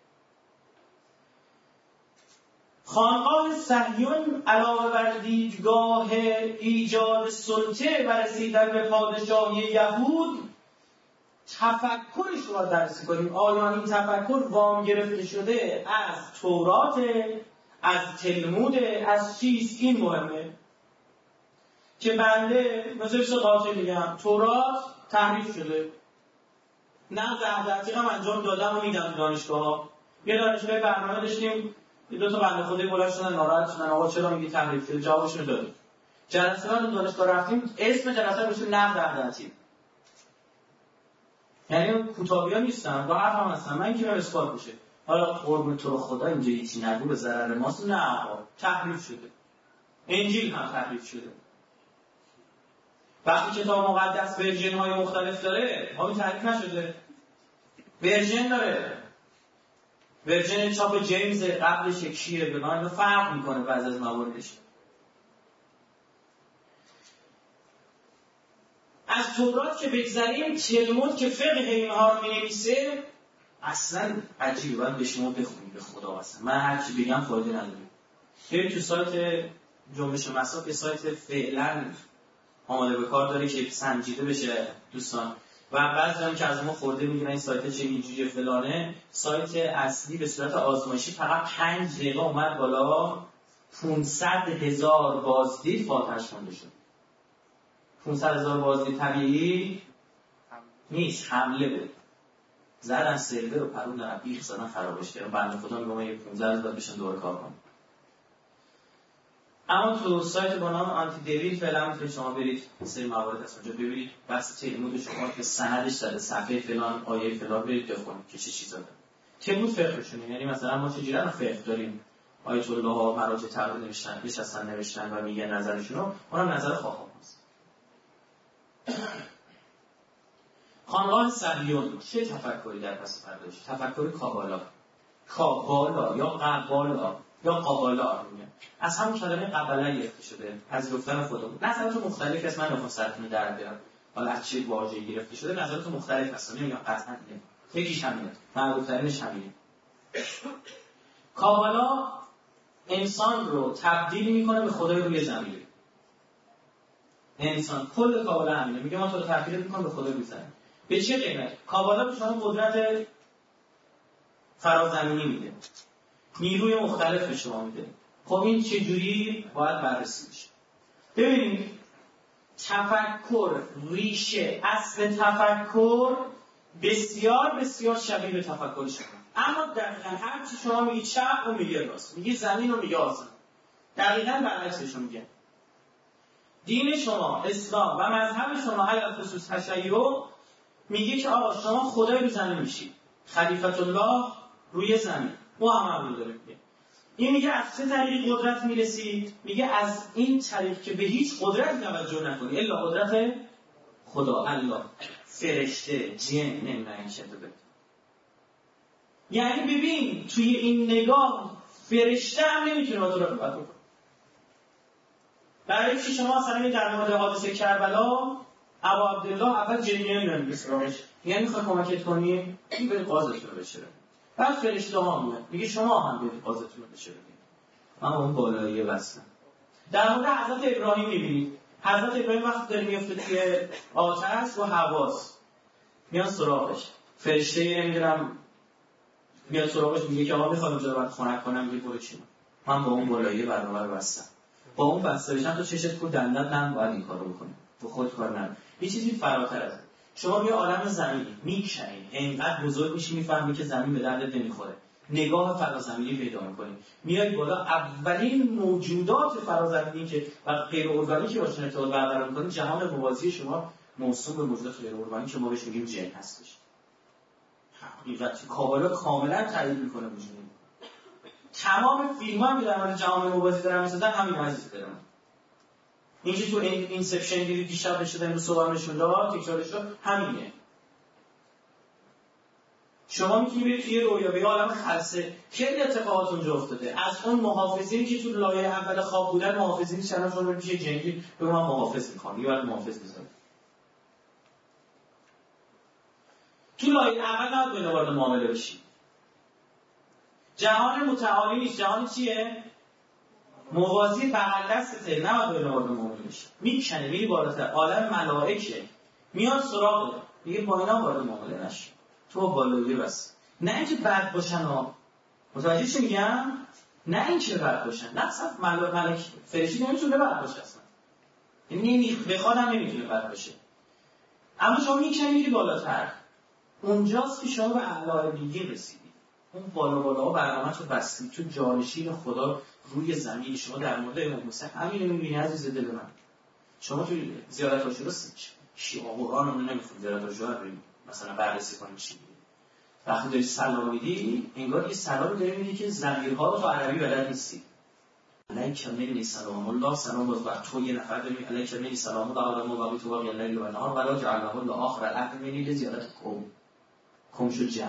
[SPEAKER 1] خانقاه صهیون علاوه بر دیدگاه ایجاد سلطه و رسیدن به پادشاهی یهود، تفکرش رو باید درسی کنیم. آیا این تفکر وام گرفته شده از تورات، از تلمود، از چیز؟ این مهمه که بنده مثل قاطع میگم تورات تحریف شده، نقض عهد عتیق هم انجام دادم و میدم تو دانشگاه. یه دانشگاه برنامه داشتیم، دو تا بنده خدای بلند شدن ناراحت شدن آقا چرا میگی تحریف شده؟ جوابشون رو دادیم. جلسه بعد دانشگاه رفتیم اسم جلسه روش نقض عهد عتیق. یعنی کوتاهی‌ها نیستن، با حرف هم هستن. من که اثبات بشه. حالا قربون تو رو خدا اینجا هیچی نگو به ضرر ماست. نه آقا تحریف شده. انجیل هم تحریف شده. وقتی کتاب مقدس ورژن های مختلف داره، همین تعریف نشده، ورژن داره، ورژن چاپ جیمز قبلش یکیه، به من فرق میکنه بعضی از مواردش. از تورات که بگذریم، تلمود که فقه اینها رو می‌نویسه اصلا عجیبه، باید به شما بخونید به خدا. اصلا من هر چی بگم فایده نداره. برید تو سایت جنبش مساف، سایت فعلا آماده به کار داره که سنجیده بشه دوستان، و بعضی هم که از ما خورده میگیرن این سایت چه اینجوری فلانه. سایت اصلی به صورت آزمایشی فقط 5 دقیقه اومد بالا، 500,000 بازدید فاتحش خونده شد. 500,000 بازدید طبیعی نیست، حمله بود. زدن سرور رو پروندن، بیخ زدن خرابش کردن. بنده خدا میگم یه 15 باید بشن دوباره کار کنن. اما تو سایت با نام آنتی دیوید فعلا میتونید شما برید سری موارد از اونجا ببینید، بس تلمود شما که سندش داره، صفحه فلان آیه فلان برید بخونید که چه چیزا داره. تلمود فقهشونه، یعنی مثلا ما چجوری الان فقه داریم، آیت الله ها مراجع تقریر نوشتن، نشستن نوشتن و میگن نظرشون رو، اونم نظر خواهان هست. خانقاه صهیون چه تفکری در پس پرده داشت؟ تفکر کابالا یا قبالا یا قابالا میگن. از همون کلمه قبلا گرفته شده، از گفتن خدا. نظرات مختلف است، من نمیخوام سرتون در بیارم حالا از چه واژه‌ای گرفته شده، نظرات مختلف هست، نمیگم قطعا نه، یکیش همینه، معروف‌ترینش همینه. کابالا انسان رو تبدیل میکنه به خدای روی زمین. انسان کل کابالا همینه، میگه ما تو رو تبدیل میکنم به خدای روی زمین. به چه قیمت؟ کابالا به شما قدرت فرازمینی میده، نیروی مختلف به شما میده. خب این چجوری باید بررسی بشه؟ ببینید، تفکر، ریشه، اصل تفکر بسیار بسیار شبیه به تفکر شما، اما دقیقا هر چی شما میگی چپ و میگه راست، میگی زمین و میگه آسمان، دقیقا برعکسش میگه. دین شما، اسلام و مذهب شما علی خصوص تشیع میگه که آقا شما خدای رو زمین میشید، خلیفت الله روی زمین، او هم رو داره میگه. این میگه از چه طریق قدرت میرسید؟ میگه از این طریق که به هیچ قدرت توجه نکنی الا قدرت خدا، الله، فرشته، جن، نمیدونم چه بده. یعنی ببین توی این نگاه فرشته هم نمیتونه با تو رفاقت کنه. برای چی شما اصلا در مورد حادثه کربلا ابا عبدالله اول جنیه میرن به سراغش، یعنی میخواد کمکت کنی این بری قاضتون رو بشوره. بعد فرشته ها میگه شما هم برید قاضتون رو بشورید. اما اون بالایی وصله. در مورد حضرت ابراهیم میبینید، حضرت ابراهیم وقتی داره میفته توی آتش و حواس میان سراغش، فرشته نمیدونم میاد سراغش میگه که آقا میخوام اونجا رو خنک کنم، میگه برو چی، من با اون بالایی برابر بستم، با اون بسته بشم تو چشت کو دندت هم باید این کارو بکنی، تو خود کار نداری. یه چیزی فراتر از شما یه عالم زمینی میکنید، اینقدر بزرگ میشی میفهمی که زمین به دردت نمیخوره، نگاه فرازمینی پیدا میکنی، میای بالا اولین موجودات فرازمینی که و غیر ارگانیکی باشن ارتباط برقرار میکنید، جهان موازی شما موسوم به موجودات غیر ارگانیک که ما بهش میگیم جن هستش. حقیقت کابالا کاملا تعریف میکنه وجود. تمام فیلم‌ها که در مورد جهان موازی دارن میسازن همین عزیز دارن. اینجوری تو اینسپشن دیدید دیشب بشه امروز صبح نشون داد تکرارش رو همینه. شما میتونی برید توی رویا به عالم خلسه، خیلی اتفاقات اونجا افتاده. از اون محافظینی که تو لایه اول خواب بودن، محافظینی چند شما برید پیش جنگی به من محافظ میخوام، یه وقت محافظ بذارید. تو لایه اول نباید به وارد معامله بشید. جهان متعالی نیست، جهان چیه؟ موازی بغل دستته، نباید به وارد معامله بشید. میکنه میری بالاتر، عالم ملائکه میاد سراغت، میگه با اینا وارد معامله نشید. تو بالایی بس، نه اینکه بد باشن ها، متوجه چی میگم؟ نه اینکه بد باشن، نه اصلا ملک فرشته نمیتونه بد باشه اصلا، یعنی بخواد هم نمیتونه بد باشه. اما شما میکنید بالاتر، اونجاست که شما به اعلی بیگین رسیدید. اون بالا برنامه رو بستید، تو جانشین خدا روی زمین. شما در مورد امام حسین همین رو میبینی عزیز دل من. شما تو زیارت عاشورا شیعه قرآن رو نمیخونید، زیارت عاشورا رو مثلا بررسی کنید چی میگه. وقتی داری سلام میدی انگار یه سلامی داری میدی که ضمیرها رو تو عربی بلد نیستی. علیک منی سلام الله، سلام باز بر تو. یه نفر داریم علیک منی سلام الله علیه و بقیت باقی اللیل و نهار ولا جعله الله آخر العهد منی لزیادت کم شد جمع.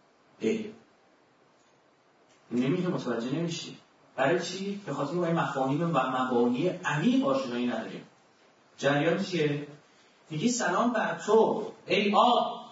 [SPEAKER 1] نمیشه، متوجه نمیشی. برای چی؟ به خاطر ما این مفاهیم و مبانی عمیق آشنایی نداریم. جریان چیه؟ میگی سلام بر تو ای آب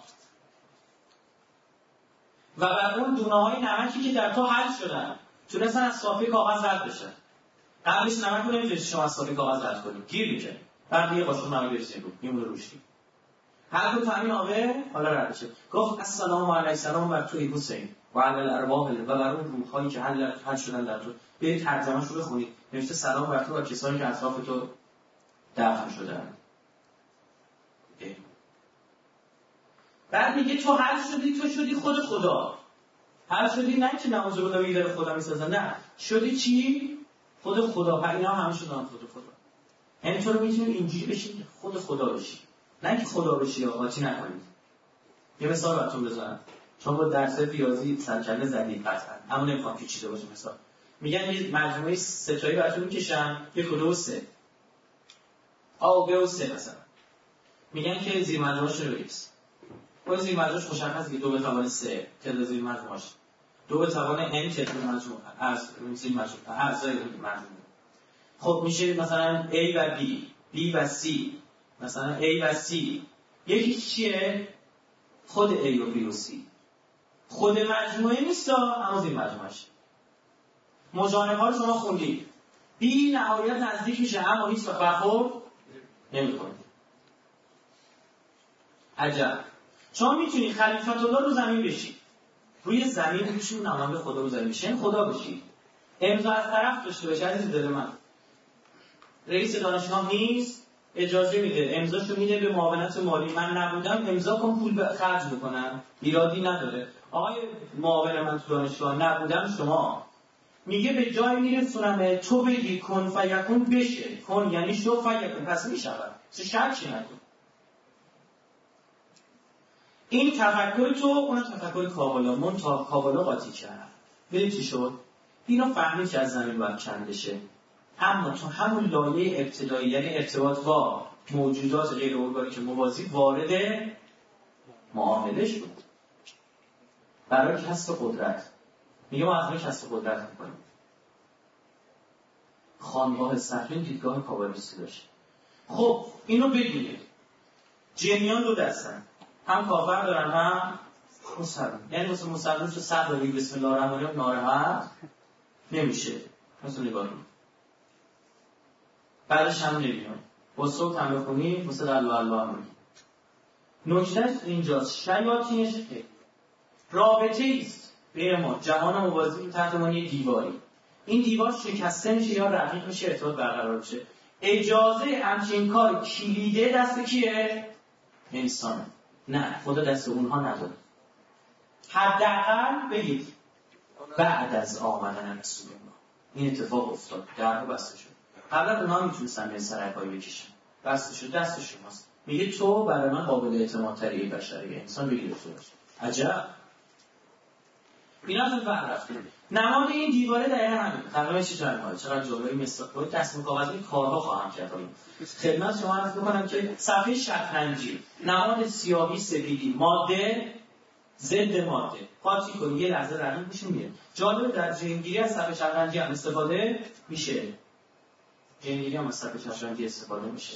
[SPEAKER 1] و بر اون دونه‌های نمکی که در تو حل شدن، تونستن از صافی کاغذ رد بشن. قبلش نمک رو نمیتونید شما از صافی کاغذ رد کنید، گیر میکنه. بعد یه قاشق نمک بریزید رو، میمونه روشی. هر دو همین آبه حالا رد بشه. گفت السلام علیه سلام بر تو ای حسین و علی الارواح و بر اون روح‌هایی که حل شدن در تو. برید ترجمه‌اش رو بخونید. نوشته سلام بر تو و کسانی که اطراف تو دفن شدن. بعد میگه تو حل شدی، تو شدی خود خدا. حل شدی نه که نماز رو بگی داره خدا میسازن، نه شدی چی؟ خود خدا. و اینا همه شدن خود خدا. یعنی تو رو میتونی اینجوری بشی خود خدا بشی، نه که خدا بشی قاطی نکنید. یه مثال براتون بزنم، چون با درس ریاضی سرکله زدید قطعا، اما نمیخوام پیچیده باشه. مثلا میگن یه مجموعه ستایی براتون میکشن، 1 و 2 و 3 A و B و C مثلا، میگن که زیر مجموعه‌اش رو بریز. با زیر مجموعه‌اش مشخصه 2 به توان 3 تعداد زیر مجموعه‌اش، 2 به توان n تعداد مجموعه از زیر مجموعه اعضای مجموعه. خب میشه مثلا A و B، B و C، مثلا A و C. یکی چیه؟ خود A و B و C. خود مجموعه نیست اما زیر مجموعه‌اش. مجانب‌ها رو شما خوندید. B نهایت نزدیک میشه اما هیچ وقت برخورد نمی‌کنه. عجب. شما میتونی خلیفت الله رو زمین بشید، روی زمین بشید، نماینده خدا رو زمین بشید، خدا بشید، امضا از طرف داشته باشه. عزیز دل من، رئیس دانشگاه نیست، اجازه میده، امضاشو میده به معاونت مالی، من نبودم امضا کن پول خرج بکنم، ایرادی نداره. آقای معاون من تو دانشگاه نبودم، شما میگه به جای میرسونم تو بگی کن فیکون بشه، کن یعنی شو، فیکون پس میشود، چه شکی نکن. این تفکر تو، اون تفکر کابالا، من تا کابالا قاطی کرد. ببین چی شد؟ اینو فهمید که از زمین باید کند بشه، اما تو همون لایه ابتدایی، یعنی ارتباط با موجودات غیر ارگانیک موازی، وارد معامله شد برای کسب قدرت. میگه ما از ما کسب قدرت میکنیم. خانقاه صفین دیدگاه کابالیستی داشت. خب اینو بدونید، جنیان 2 دستن، هم کافر دارن هم مسلمان. یعنی مثل مسلمان تو صبر بگی بسم الله الرحمن الرحیم ناراحت نمیشه، مثل نگاه کنید. بعدش هم نمیاد با صوت هم بخونی مثل الله الله هم بگی. نکتهش اینجاست، شیاطینش رابطه است بین ما جهان موازی تحت عنوان دیواری. این دیوار شکسته میشه یا رقیق میشه، ارتباط برقرار میشه. اجازه همچین کار کلیده دست کیه؟ انسانه. نه، خدا دست اونها نداره. حداقل بگید بعد از آمدن رسول الله این اتفاق افتاد، درها بسته شد. قبلا اونها میتونستن به سرکایی بکشن، بسته شد، دست شماست. میگه تو برای من قابل اعتماد تری بشری انسان بگیر تو. عجب. اینا تو فرق رفته. نماد این دیواره دقیقا همین. تقریبا چی جایی چقدر جلوی مستقبل دست کاغذی کارها خواهم کرد. خدمت شما عرض می‌کنم که صفحه شطرنجی، نماد سیاهی سفیدی، ماده ضد ماده. قاطی کنید یه لحظه رقیق میشین میاد. جالب در جنگیری از صفحه شطرنجی هم استفاده میشه. جنگیری هم از صفحه شطرنجی استفاده میشه.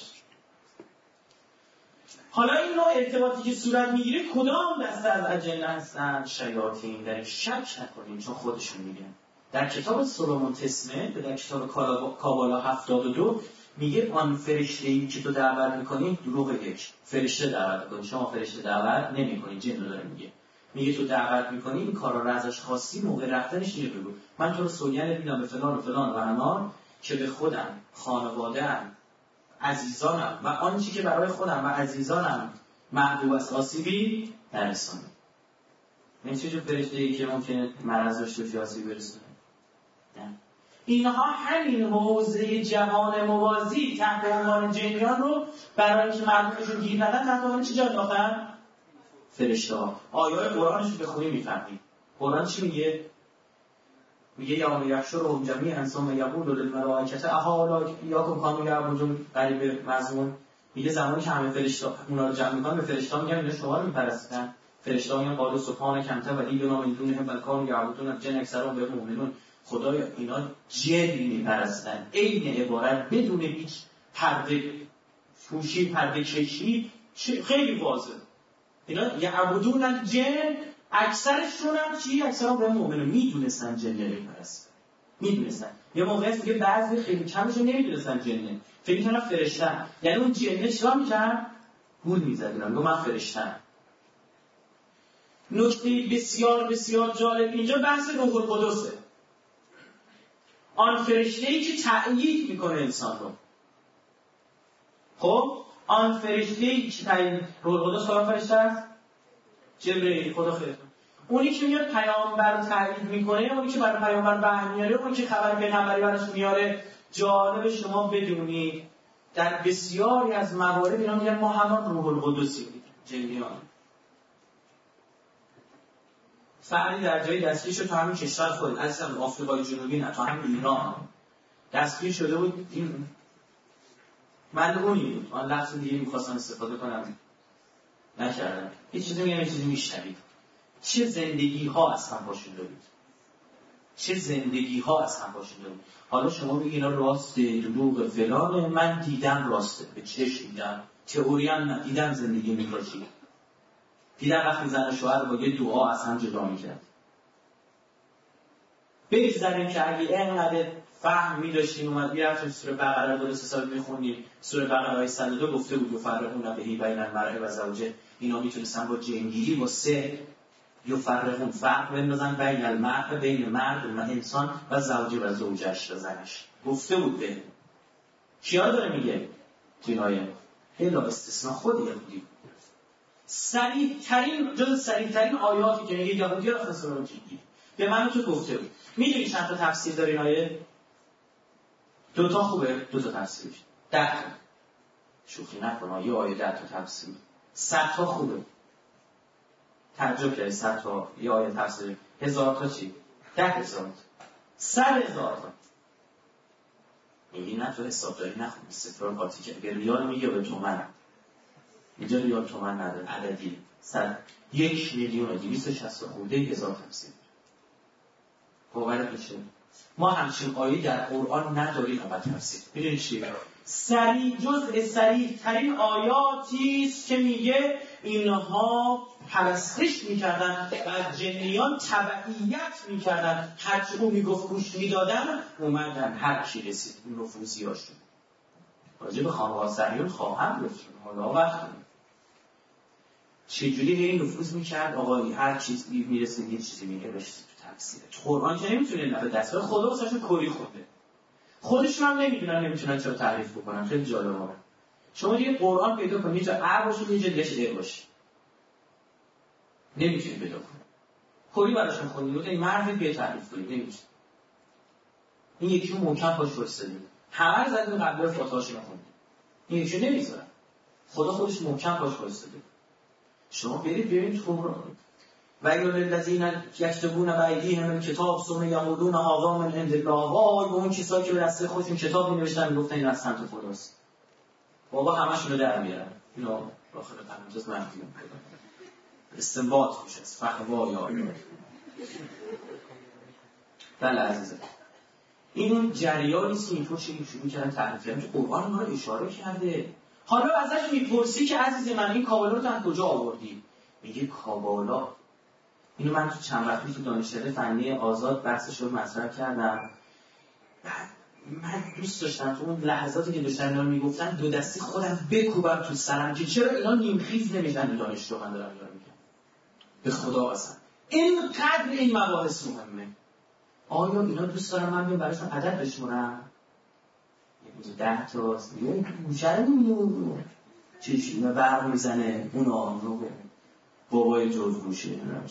[SPEAKER 1] حالا این نوع ارتباطی که صورت میگیره کدام دسته از اجنه هستن؟ شیاطین. در شک نکنیم چون خودشون میگن. در کتاب سولومون تسمه، در کتاب کابالا 72 میگه آن فرشته‌ای که تو دعوت میکنی دروغ یک. فرشته دعوت میکنی، شما فرشته دعوت نمیکنی، جن رو داره میگه. میگه تو دعوت میکنی این کارا رو ازش خواستی، موقع رفتنش اینو بگو من تو رو سوگند میدم به فلان و فلان و همان که به خودم، خانواده‌ام، عزیزانم و آنچه که برای خودم و عزیزانم محبوب است آسیبی نرسانه. این چه جور فرشته‌ای که ممکنه مرض داشته باشه آسیبی برسونه؟ نه. اینها همین حوزه جهان موازی تحت عنوان جنیان رو برای اینکه مردمشون گیر ندن تحت عنوان چی جا انداختن؟ فرشته‌ها. آیات قرآنش رو بخونی میفهمی. قرآن چی میگه؟ میگه یوم یحشرهم جمیعا ثم یقول للملائکه اهؤلاء یاکم کانوا یعبدون، قریب مضمون. میگه زمانی که همه فرشته اونا رو جمع میکنن به فرشته میگن اینا شما رو میپرستن، فرشته میگن قالوا سبحانک انت ولینا من دونهم بل کانوا یعبدون الجن اکثرهم بهم مؤمنون. خدایا اینا جن میپرستن، عین عبارت بدون هیچ پرده پوشی پرده کشی، خیلی واضحه. اینا یعبدون الجن، اکثرشون هم چی؟ اکثرهم بهم مؤمنون. میدونستن جن میپرستن، میدونستن. یه موقعی میگه بعضی خیلی کمشون نمیدونستن جنه، فکر می‌کردن فرشته‌ن. یعنی اون جنه چیکار می‌کرد؟ گول می‌زدن، میگه من فرشته‌ام. نکته بسیار بسیار جالب اینجا بحث روح القدسه. آن فرشته‌ای که تأیید میکنه انسان رو. خب آن فرشته‌ای که تأیید، روح القدس کدام فرشته است؟ جبرئیل. خدا خیرتون. اونی که میاد پیامبر رو تأیید میکنه، اونی که برای پیامبر وحی میاره، اونی که خبر پیغمبری براش میاره. جالب شما بدونید در بسیاری از موارد اینا میگن ما همان روح القدسیم. جنیان فعلی در جای دستگیر شد، تو همین کشور خود اصلا آفریقای جنوبی، نه تو همین ایران دستگیر شده بود. این ملعونی بود، آن لفظ دیگه میخواستن استفاده کنم نکردن. یه چیزی میگم، یه چیزی میشنوید. چه زندگی ها از هم پاشونده بود، چه زندگی ها از هم پاشونده بود. حالا شما میگی اینا راسته، دروغ، فلانه. من دیدم راسته، به چشم دیدم، تئوری هم ندیدم. زندگی میکاشی دیدم وقتی زن و شوهر با یه دعا از هم جدا میکرد. بگذاریم که اگه اینقدر فهم می‌داشتین اومد میرفتیم سوره بقره رو درست حساب می‌خوندیم. سوره بقره آیه 102 گفته بود یفرقون به بین المرء و زوجه. اینا میتونستن با جنگیری با سه یفرقون فرق بندازن بین المرء، بین مرد و انسان، و زوجه و زوجش و زنش. گفته بود به کیا داره میگه تو این آیه؟ الا استثناء خود یهودی. جز سریع‌ترین آیاتی که میگه یهودی را خسارت جدی به من تو گفته بود. میدونی چند تا تفسیر داره این آیه؟ 2 تا خوبه، 2 تا تفسیر. 10 تا. شوخی نکن، یه آیه 10 تا تفسیر. 100 تا خوبه. تعجب کردی 100 تا یه آیه تفسیر. 1000 تا چی؟ 10,000 تا. 100,000 تا. میگی نه تو حساب داری نخون. استفرار قاطی که اگر ریال میگه به تومن. اینجا ریال تومن نداره، عددی. 1,260,000 تفسیر. باورت میشه؟ ما همچین آیه در قرآن نداریم اما تفسیر. میدونی چیه؟ جزء سریع ترین آیاتی است که میگه اینها پرستش میکردن و جنیان تبعیت میکردن. هرچی او میگفت روش میدادن، اومدن هر کی رسید اون نفوذیاشون. راجع به خانواده سریون خواهم گفت حالا وقت چجوری به این نفوذ میکرد. آقایی هر چیزی میرسید یه چیزی میگه تفسیر. قرآن که نمیتونه نفع دست بده. خدا واسهشون کلی خونده. خودشون هم نمیتونن چرا تعریف بکنن. خیلی جالبه. شما دیگه قرآن پیدا کنید یه جا ا باشه یه جا دیگه ا باشه. نمیتونید پیدا کنید. کلی براشون خوندید. این مرد به تعریف کنید نمیشه. این یکی رو محکم پاش وایسادید. همه رو زدید قبل فاتحه‌اشون خوندید. این یکی نمیذاره. خدا خودش محکم پاش وایساده. شما برید ببینید قرآن. و اگر الذین یکتبون بایدیهم الکتاب ثم یقولون هذا من عند الله، وای اون کسایی که به دست خودشون کتاب می‌نوشتن میگفتن این از سمت خداست. بابا همشون رو در میارن. اینا داخل پرانتز منفی استنباط میشه از فقوا یا بله عزیزم. این جریانی است که اینطور شروع کردن تعریف کردن که قرآن ما رو اشاره کرده. حالا ازش میپرسی که عزیز من این کابالا رو از کجا آوردی؟ میگه کابالا. اینو من تو چند وقتی تو دانشکده فنی آزاد بحثش رو مطرح کردم. من دوست داشتم تو اون لحظاتی که داشتن اینا میگفتن 2 دستی خودم بکوبم تو سرم که چرا اینا نیمخیز نمیشن. تو دانشجو من دارم میگم به خدا اصلا اینقدر این مباحث مهمه. آیا اینا دوست دارم من بیام براشون عدد بشمرم؟ 10 تاست یه گوشرم چیشی اینا برق میزنه اون آنو بابای جوزگوشه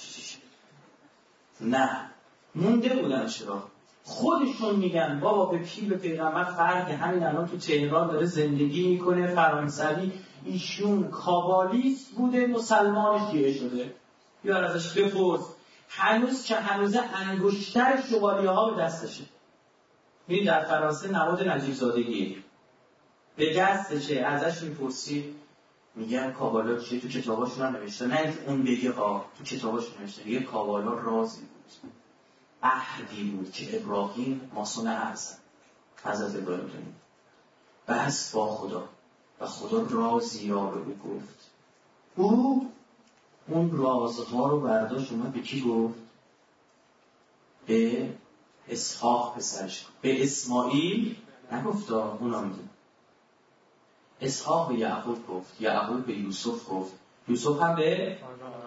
[SPEAKER 1] نه مونده بودن. چرا خودشون میگن بابا به پیر به پیغمبر فرق همین الان تو تهران داره زندگی میکنه فرانسوی، ایشون کابالیست بوده مسلمان شیعه شده. بیار ازش بپرس
[SPEAKER 2] هنوز که هنوز انگشتر شوالیه ها به دستشه. این در فرانسه نواد نجیب زادگی به دستشه، ازش میپرسی میگن کابالا چیه، تو کتاباشون هم نوشته، نه اون بگه ها، تو کتاباشون نوشته یه کابالا رازی بود، عهدی بود که ابراهیم ماسون عرض حضرت ابراهیم داریم بس با خدا و خدا رازی را به او گفت. او اون رازها رو برداشت اومد به کی گفت؟ به اسحاق پسرش. به اسماعیل نگفتا، اونا میگه اسحاق به یعقوب گفت، یعقوب به یوسف گفت، یوسف هم به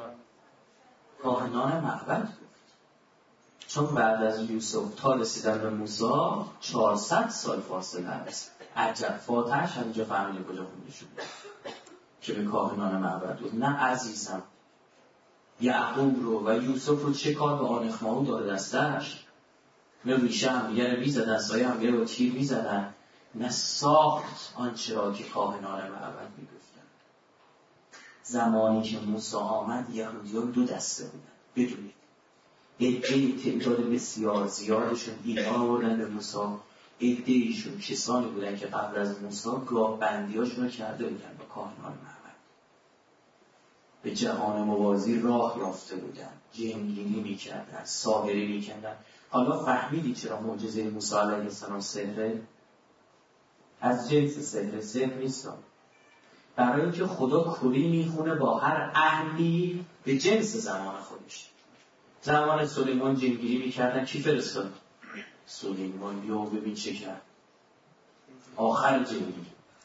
[SPEAKER 2] کاهنان معبد گفت. چون بعد از یوسف تا رسیدن به موسی 400 سال فاصله هست. عجب، فاتحش هم اینجا فهمیدیم کجا خونده شد که به کاهنان معبد گفت. نه عزیزم، یعقوب رو و یوسف رو چه کار به آنخماو داره دستش؟ نه ریشه هم دیگه رو میزدن، سایه هم دیگه رو تیر میزدن، نه ساخت آنچه را که کاهنان معبد میگفتن. زمانی که موسی آمد یهودی‌ها 2 دسته بودن، بدونید عده‌ای تعداد بسیار زیادشون ایمان آوردن به موسی، عده‌ایشون کسانی بودن که قبل از موسی گاه بندیاشون رو کرده بودن با کاهنان معبد، به جهان موازی راه یافته بودن، جنگینی میکردن، ساحری میکردن. حالا فهمیدی چرا معجزه موسی علیه السلام سحره؟ از جنس سحر نیست، برای اینکه خدا کلی میخونه با هر اهلی به جنس زمان خودش. زمان سلیمان جنگیری میکردن، کی فرستاد؟ سلیمان. بیا ببین چه کرد آخر جنگیری.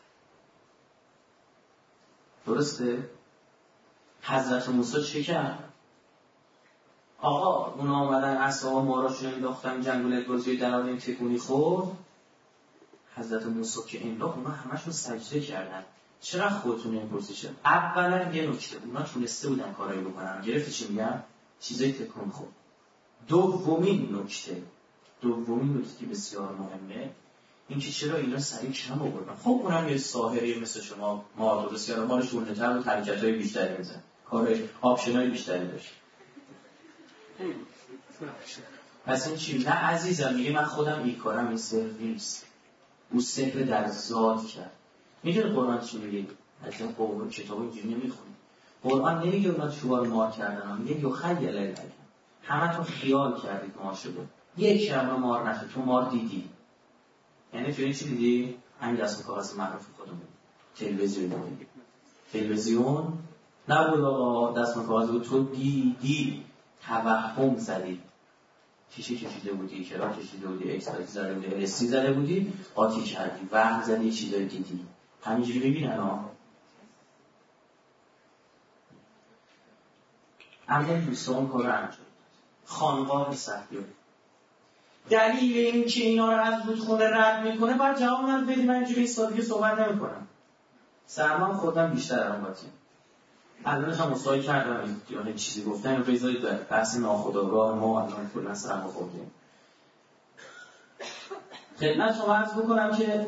[SPEAKER 2] درسته؟ حضرت موسی چه کرد؟ آقا اونا آمدن عصا و ماراشون انداختن، جنگولت بازی در حال این تکونی خورد. حضرت موسی که انداخت اونا همشون سجده کردن. چرا خودتون این پرسیشه؟ اولا یه نکته، اونا تونسته بودن کارایی بکنن، گرفتی چی میگم؟ چیزای تکون خورد. دومین نکته که بسیار مهمه این که چرا اینا سریع کم آوردن. خب اونم یه ساحری مثل شما، ما درست کردن، ما رو شورنه‌تر و حرکت‌های بیشتری میزن، کار آپشن‌های بیشتری داشت. پس این چی؟ نه عزیزم، میگه من خودم این کارم، این سحر نیست، او سحر در ذات کرد. میدونی قرآن چی میگه؟ از این قرآن کتاب اینجوری نمیخونی. قرآن نمیگه اونا شما رو مار کردن، میگه یو خیلی لگن، همه تون خیال کردید مار شده، یک شما مار نشد، تو مار دیدی. یعنی تو این چی دیدی؟ همین دست کاغذ معروف خودمون، تلویزیون نبود آقا، دست کاغذ بود، تو دیدی، توهم زدی، شیشه کشیده بودی، کرا کشیده بودی، اکسپرس زده بودی، الستی زده بودی، قاطی کردی، وهم زدی، چیزایی دیدی. همینجوری ببینن ها. اما موسیون کار انجام خانقاه صحیح. دلیل این که اینا رو از رودخونه رد میکنه باید جواب من بدی. من اینجوری سادگی صحبت نمیکنم، سرمان خودم بیشتر هم باید الانش هم مصاحبه کردم، یعنی چیزی گفتم بذارید در بحث ناخودآگاه ما الان کلا سرما خوردیم. خدمت شما عرض بکنم که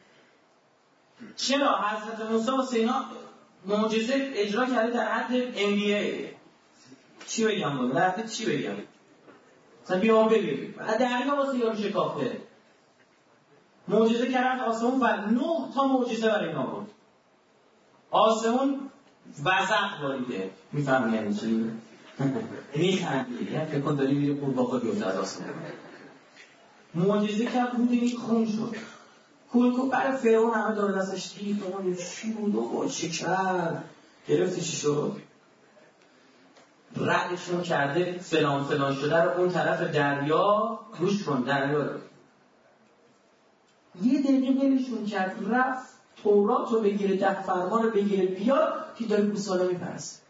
[SPEAKER 2] چرا حضرت موسی واسه اینا معجزه اجرا کرده در حد NBA. چی بگم بود؟ در حد چی بگم؟ مثلا بیا بگیم دریا واسه یارو شکافته، معجزه کرد آسمون و 9 تا معجزه برای اینا بود. آسمون وزق باریده. میفهمی یعنی چی؟ میخندی، یعنی فکر کن داری میری قورباغه بیفته از آسمون. معجزه کرد بود این خون شد. کلکو برای فرعون همه داره دستش دید اون چی بود و چی کرد، گرفتی چی شد؟ رعدشون کرده فلان فلان شده رو اون طرف دریا روش کن، دریا رو یه دقیقه بلشون کرد، رفت تورات رو بگیره، 10 فرمان رو بگیره بیاد که داره موسی رو میپرسه.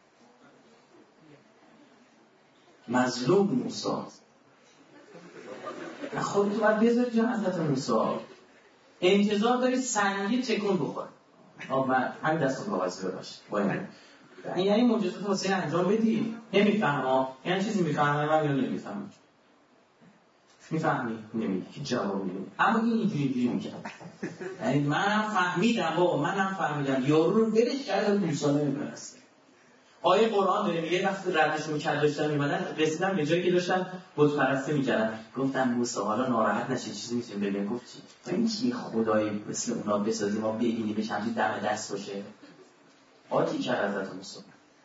[SPEAKER 2] مظلوم موسی خودتو باید بذاری جا حضرت موسی، انتظار داری سنگی تکون بخور. من همین دستم کاغذی بباشه باید یعنی معجزات واسه انجام بدی. نمیفهمم، یعنی چیزی میفهمم من یا نمیفهمم. میفهمی؟ نمیگی که جواب میدی. اما این اینجوری میکرد، یعنی منم فهمیدم بابا، منم فهمیدم یارو رو ولش کرده موسی نمیپرسته. آیه قرآن داره میگه وقتی ردشون می‌کرد داشتن می‌مدن رسیدن به جایی که داشتن بت پرستی می‌کردن. گفتن موسی حالا ناراحت نشید چیزی می‌تونیم بگیم. گفت چی؟ این چی خدایی مثل اونا بسازیم ما ببینیم به چندی دم دست باشه. آتی کرد حضرت موسی.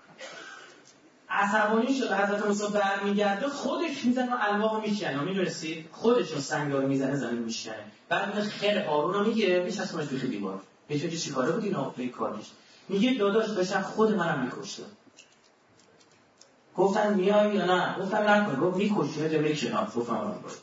[SPEAKER 2] عصبانی شد حضرت موسی برمیگرده خودش میزنه و الواحو میشکنه. میدونستید خودشون سنگا رو میزنه زمین میشکنه. بعد میاد خیر هارون رو میگه میچسبونش تو دیوار. یه چیزی چیکاره بود اینا به کارش. میگه داداش بشن خود منم میکشته. گفتن میای یا نه؟ گفتن نکن. گفت میکشی یا جبه کنار. گفتم آره باشه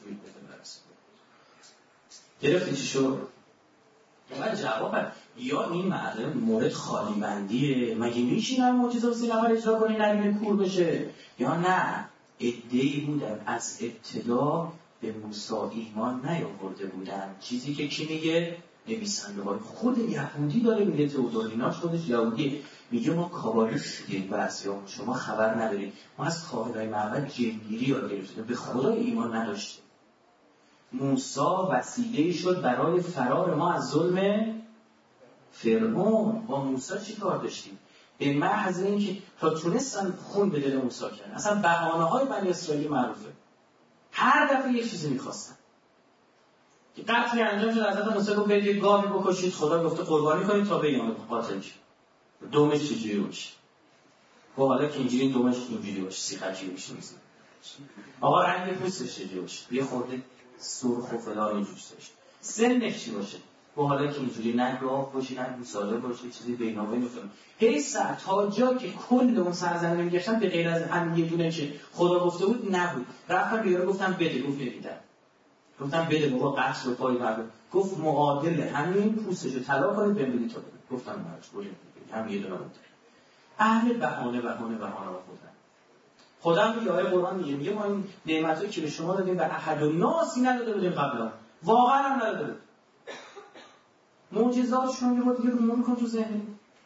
[SPEAKER 2] گرفتی چی شد؟ من جواب یا این معلم مورد خالی بندیه مگه میشینن معجزه و سینما اجرا کنی نبینه کور بشه یا نه عده‌ای بودن از ابتدا به موسی ایمان نیاورده بودن. چیزی که کی میگه؟ نویسنده های خود یهودی داره میگه. تئودوریناش خودش یهودی میگه ما کابالیست بودیم بعضیا شما خبر ندارید ما از کاهنای معبد جنگیری یاد گرفتیم به خدا ایمان نداشتیم. موسی وسیله شد برای فرار ما از ظلم فرعون. با موسی چی کار داشتیم؟ به محض اینکه تا تونستن خون به دل موسی کردن. اصلا بهانه‌های بنی اسرائیل معروفه. هر دفعه یه چیزی می‌خواستن. که قتل انجام شد حضرت موسی گفت برید یه گاوی بکشید خدا گفته قربانی کنید تا بیان قاتل شه. دومش چجوری باشه؟ خب حالا که اینجوری دومش اینجوری باشه سیخچی میشه میشه. آقا رنگ پوستش چجوری باشه؟ یه خورده سرخ و فلان اینجوری باشه. سنش چی باشه؟ و حالا که اینجوری نه گاو باشه نه گوساله باشه چیزی بینابین فلان. هی سر تا جا که کل اون سرزمین میگشتن به غیر از همین یه دونه که خدا گفته بود نبود. رفتن بیاره گفتم بده گفت نمیدم. گفتم بده بابا قصر رو پای بردار. گفت معادل همین پوستشو طلا کنید ببینید تا بده. گفتم مجبوریم هم یه دونه بود. اهل بهانه بودن. خدا میگه آیه قرآن میگه ما این نعمتایی که به شما دادیم به احد و ناسی نداده بودیم قبلا. واقعا هم نداده بود. معجزاتشون یه بار دیگه رو میکن تو ذهن.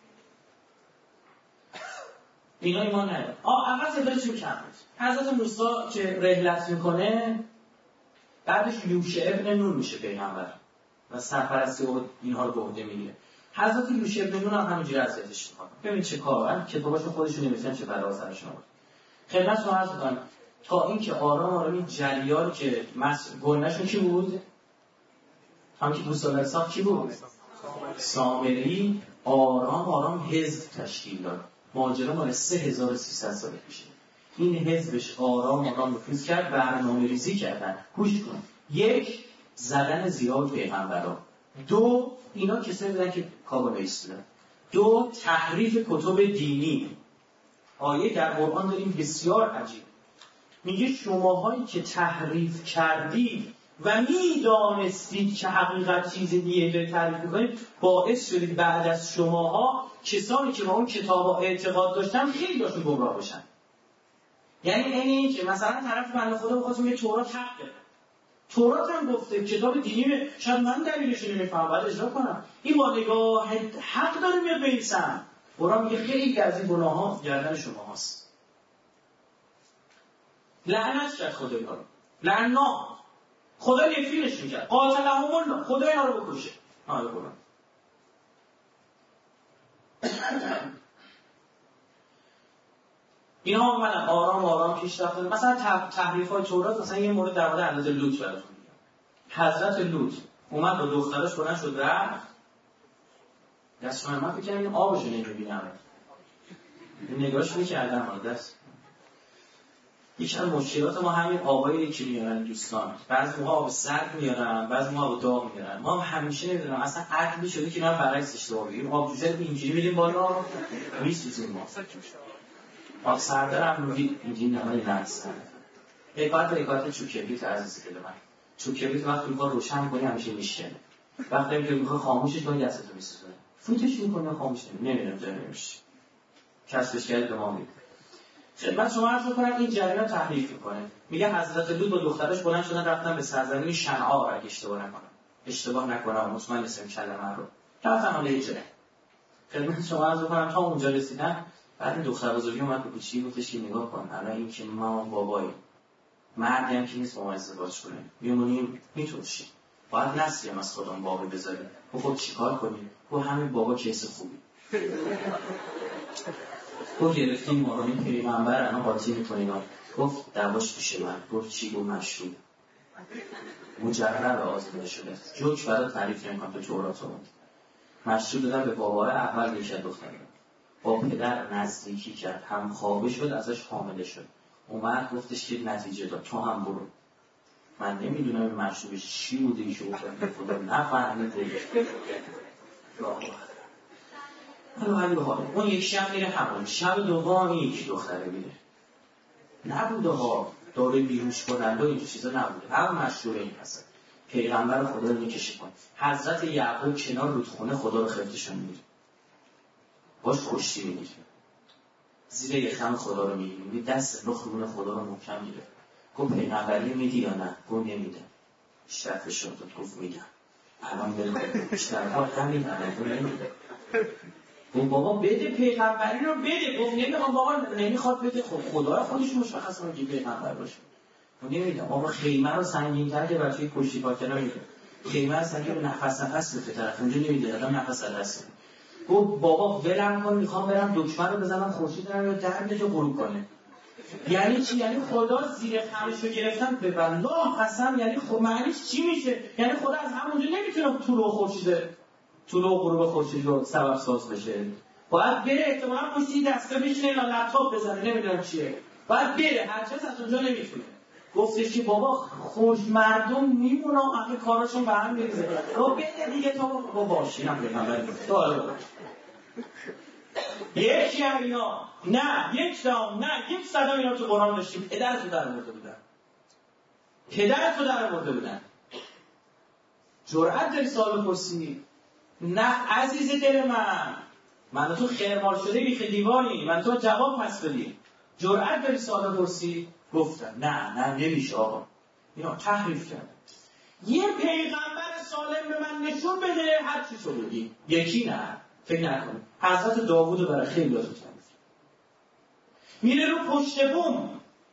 [SPEAKER 2] اینا ایمان نداره. اول تعدادش چی می‌کنه؟ حضرت موسی که رحلت میکنه بعدش یوشع ابن نون میشه پیغمبر و سرپرستی و اینها رو به عهده میگیره. حضرت یوشع ابن نون هم همینجوری اذیتش میکنه. ببین چه کارن کتاباشون خودشون نوشتن چه بلا سرشون آورد. خدمتتون عرض می‌کنم تا اینکه آرام این جریان که گلنشون کی بود؟ همین که بوسالر ساخت کی بود؟ سامری. آرام حزب تشکیل داد. ماجرا مال 3300 سال پیشه. این حزبش آرام نفوذ کرد برنامه‌ریزی کردن. گوش کن. یک زدن زیاد پیغمبران. دو اینا کسایی بودن که کابالیست بودن. دو تحریف کتب دینی. آیه در قرآن داریم بسیار عجیب. میگه شماهایی که تحریف کردید و میدانستید که حقیقت چیز دیگه داره تعریف میکنید باعث شدید بعد از شماها کسانی که با اون کتاب اعتقاد داشتن خیلی داشتون گمراه بشن. یعنی این که مثلا طرف بنده خدا بخواد میگه تورات حقه. تورات هم گفته کتاب دینی شاید من دلیلش نمیفهمم باید اجرا کنم. این با نگاه حق داره میاد به این سمت. قرآن میگه خیلی از این گناه‌ها گردن شما هست. لعنت کرد خدا اینا رو. لعنا. خدا نفرینش میکرد. قاتلهم الله. خدا اینا رو بکشه. آره قرآن. اینا اومدن آرام پیش رفتن. مثلا تحریف‌های تورات مثلا یه مورد در مورد حضرت لوط براتون میگم. حضرت لوط اومد با دخترش بلند شد رفت. دست من فکر کنم این آبشو نمیبینم. نگاهش میکردم دست. یکی از مشکلات ما همین آبایی که میارن دوستان. بعضی موقع آب سرد میارن، بعضی موقع آب داغ میارن. ما همیشه نمیدونم اصلا عقلی شده که اینا برعکس اشتباه بگیم. آب جوشه رو اینجوری میدیم بالا میسوزیم ما. آب سرد هم میگیم نه هست. حکایت چوکبریت عزیز دل من. چوکبریت وقتی میخواد روشن کنی همیشه میشکنه. وقتی میخواد خاموشش کنی دستتو میسوزه. فوتش میکنه خاموش نمیدونم جا نمیشه. کسبش کرد به ما میگه. خدمت شما عرض می‌کنم این جریان تحریف میکنه. میگه حضرت لوط با دخترش بلند شدن رفتن به سرزمین شنعا اگه اشتباه نکنم مطمئن نیستم کلمه رو. رفتن حالا یه جره. خدمت شما عرض می‌کنم تا اونجا رسیدن بعد این دختر بزرگی اومد به کوچی گفتش که نگاه کن الان این که ما بابایی مردی هم که نیست با ما ازدواج کنه میمونیم میتونشیم باید نسلی هم از خودمون بابا بذاریم. خب چیکار کنیم؟ همین بابا کیس خوبی. گفت گرفتیم ما رو این پیغمبر الان قاطی میکنین. گفت دعواش پیش من. گفت چی؟ گفت مشروع مجرب آزمایش شده. جوک برای تعریف نمیکنم تو تورات اومد. مشروع دادن به بابای اول یکی از دختران. با پدر نزدیکی کرد، هم خوابه شد، ازش حامله شد. اومد گفتش که نتیجه داد تو هم برو. من نمیدونم این مشروعش چی بوده ایشو بکنه خدا نفهمیده. حالا اون یک شب میره همون شب دوم یک دختره میره. نبوده ها داره بیهوش کننده و اینجور چیزا نبوده. هم مشروع این هست. پیغمبر خدا رو میکشه کن. حضرت یعقوب کنار رودخونه خدا رو خفتشون میره. باش خوشی میگیره. زیر یخم خدا رو میگیره. دست نخرون خدا رو محکم میگیره. گفت پیغمبری میدی یا نه؟ گفت نمیدم. شرط شد گفت میدم. الان بره بیشترها همین الان نمیده. گفت بابا بده پیغمبری رو بده. گفت نمیدم بابا نمیخواد بده. خب خدا خودش مشخص کنه که پیغمبر باشه. گفت نمیدم بابا خیمه رو سنگین‌تر که بچه‌ی کشتی پاکنا میده. خیمه سنگین رو نفس به طرف اونجا نمیده. آدم نفس از دست. گفت بابا ولم کن میخوام برم دکمه رو بزنم خورشید رو در بده غروب کنه. یعنی چی؟ یعنی خدا زیر خمش رو گرفتن به والله قسم. یعنی خب معنیش چی میشه؟ یعنی خدا از همونجا نمیتونه طلوع خورشید طلوع و غروب خورشید رو سبب ساز بشه. باید بره احتمالاً پشت دسته بشینه یا لپتاپ بزنه نمیدونم چیه. باید بره هرچند از اونجا نمیتونه. گفتش که بابا خوش مردم میمونه همه کاراشون به هم میریزه. رو بده دیگه تو با باشی هم بفهمم. یکی هم اینا نه یک دام نه یک صدام اینا تو قرآن داشتیم. پدرتو در آورده بودن. پدرتو در آورده بودن. جرأت داری سوال بپرسی؟ نه عزیز دل من تو خیرمال شده بیخ دیوانی. من تو جواب پس بدی. جرأت داری سوال بپرسی؟ گفتم نه نمیشه آقا. اینا تحریف کرد. یه پیغمبر سالم به من نشون بده هر چی شو بگی. یکی نه فکر نکنید. حضرت داوود برای خیلی لازم کرد. میره رو پشت بوم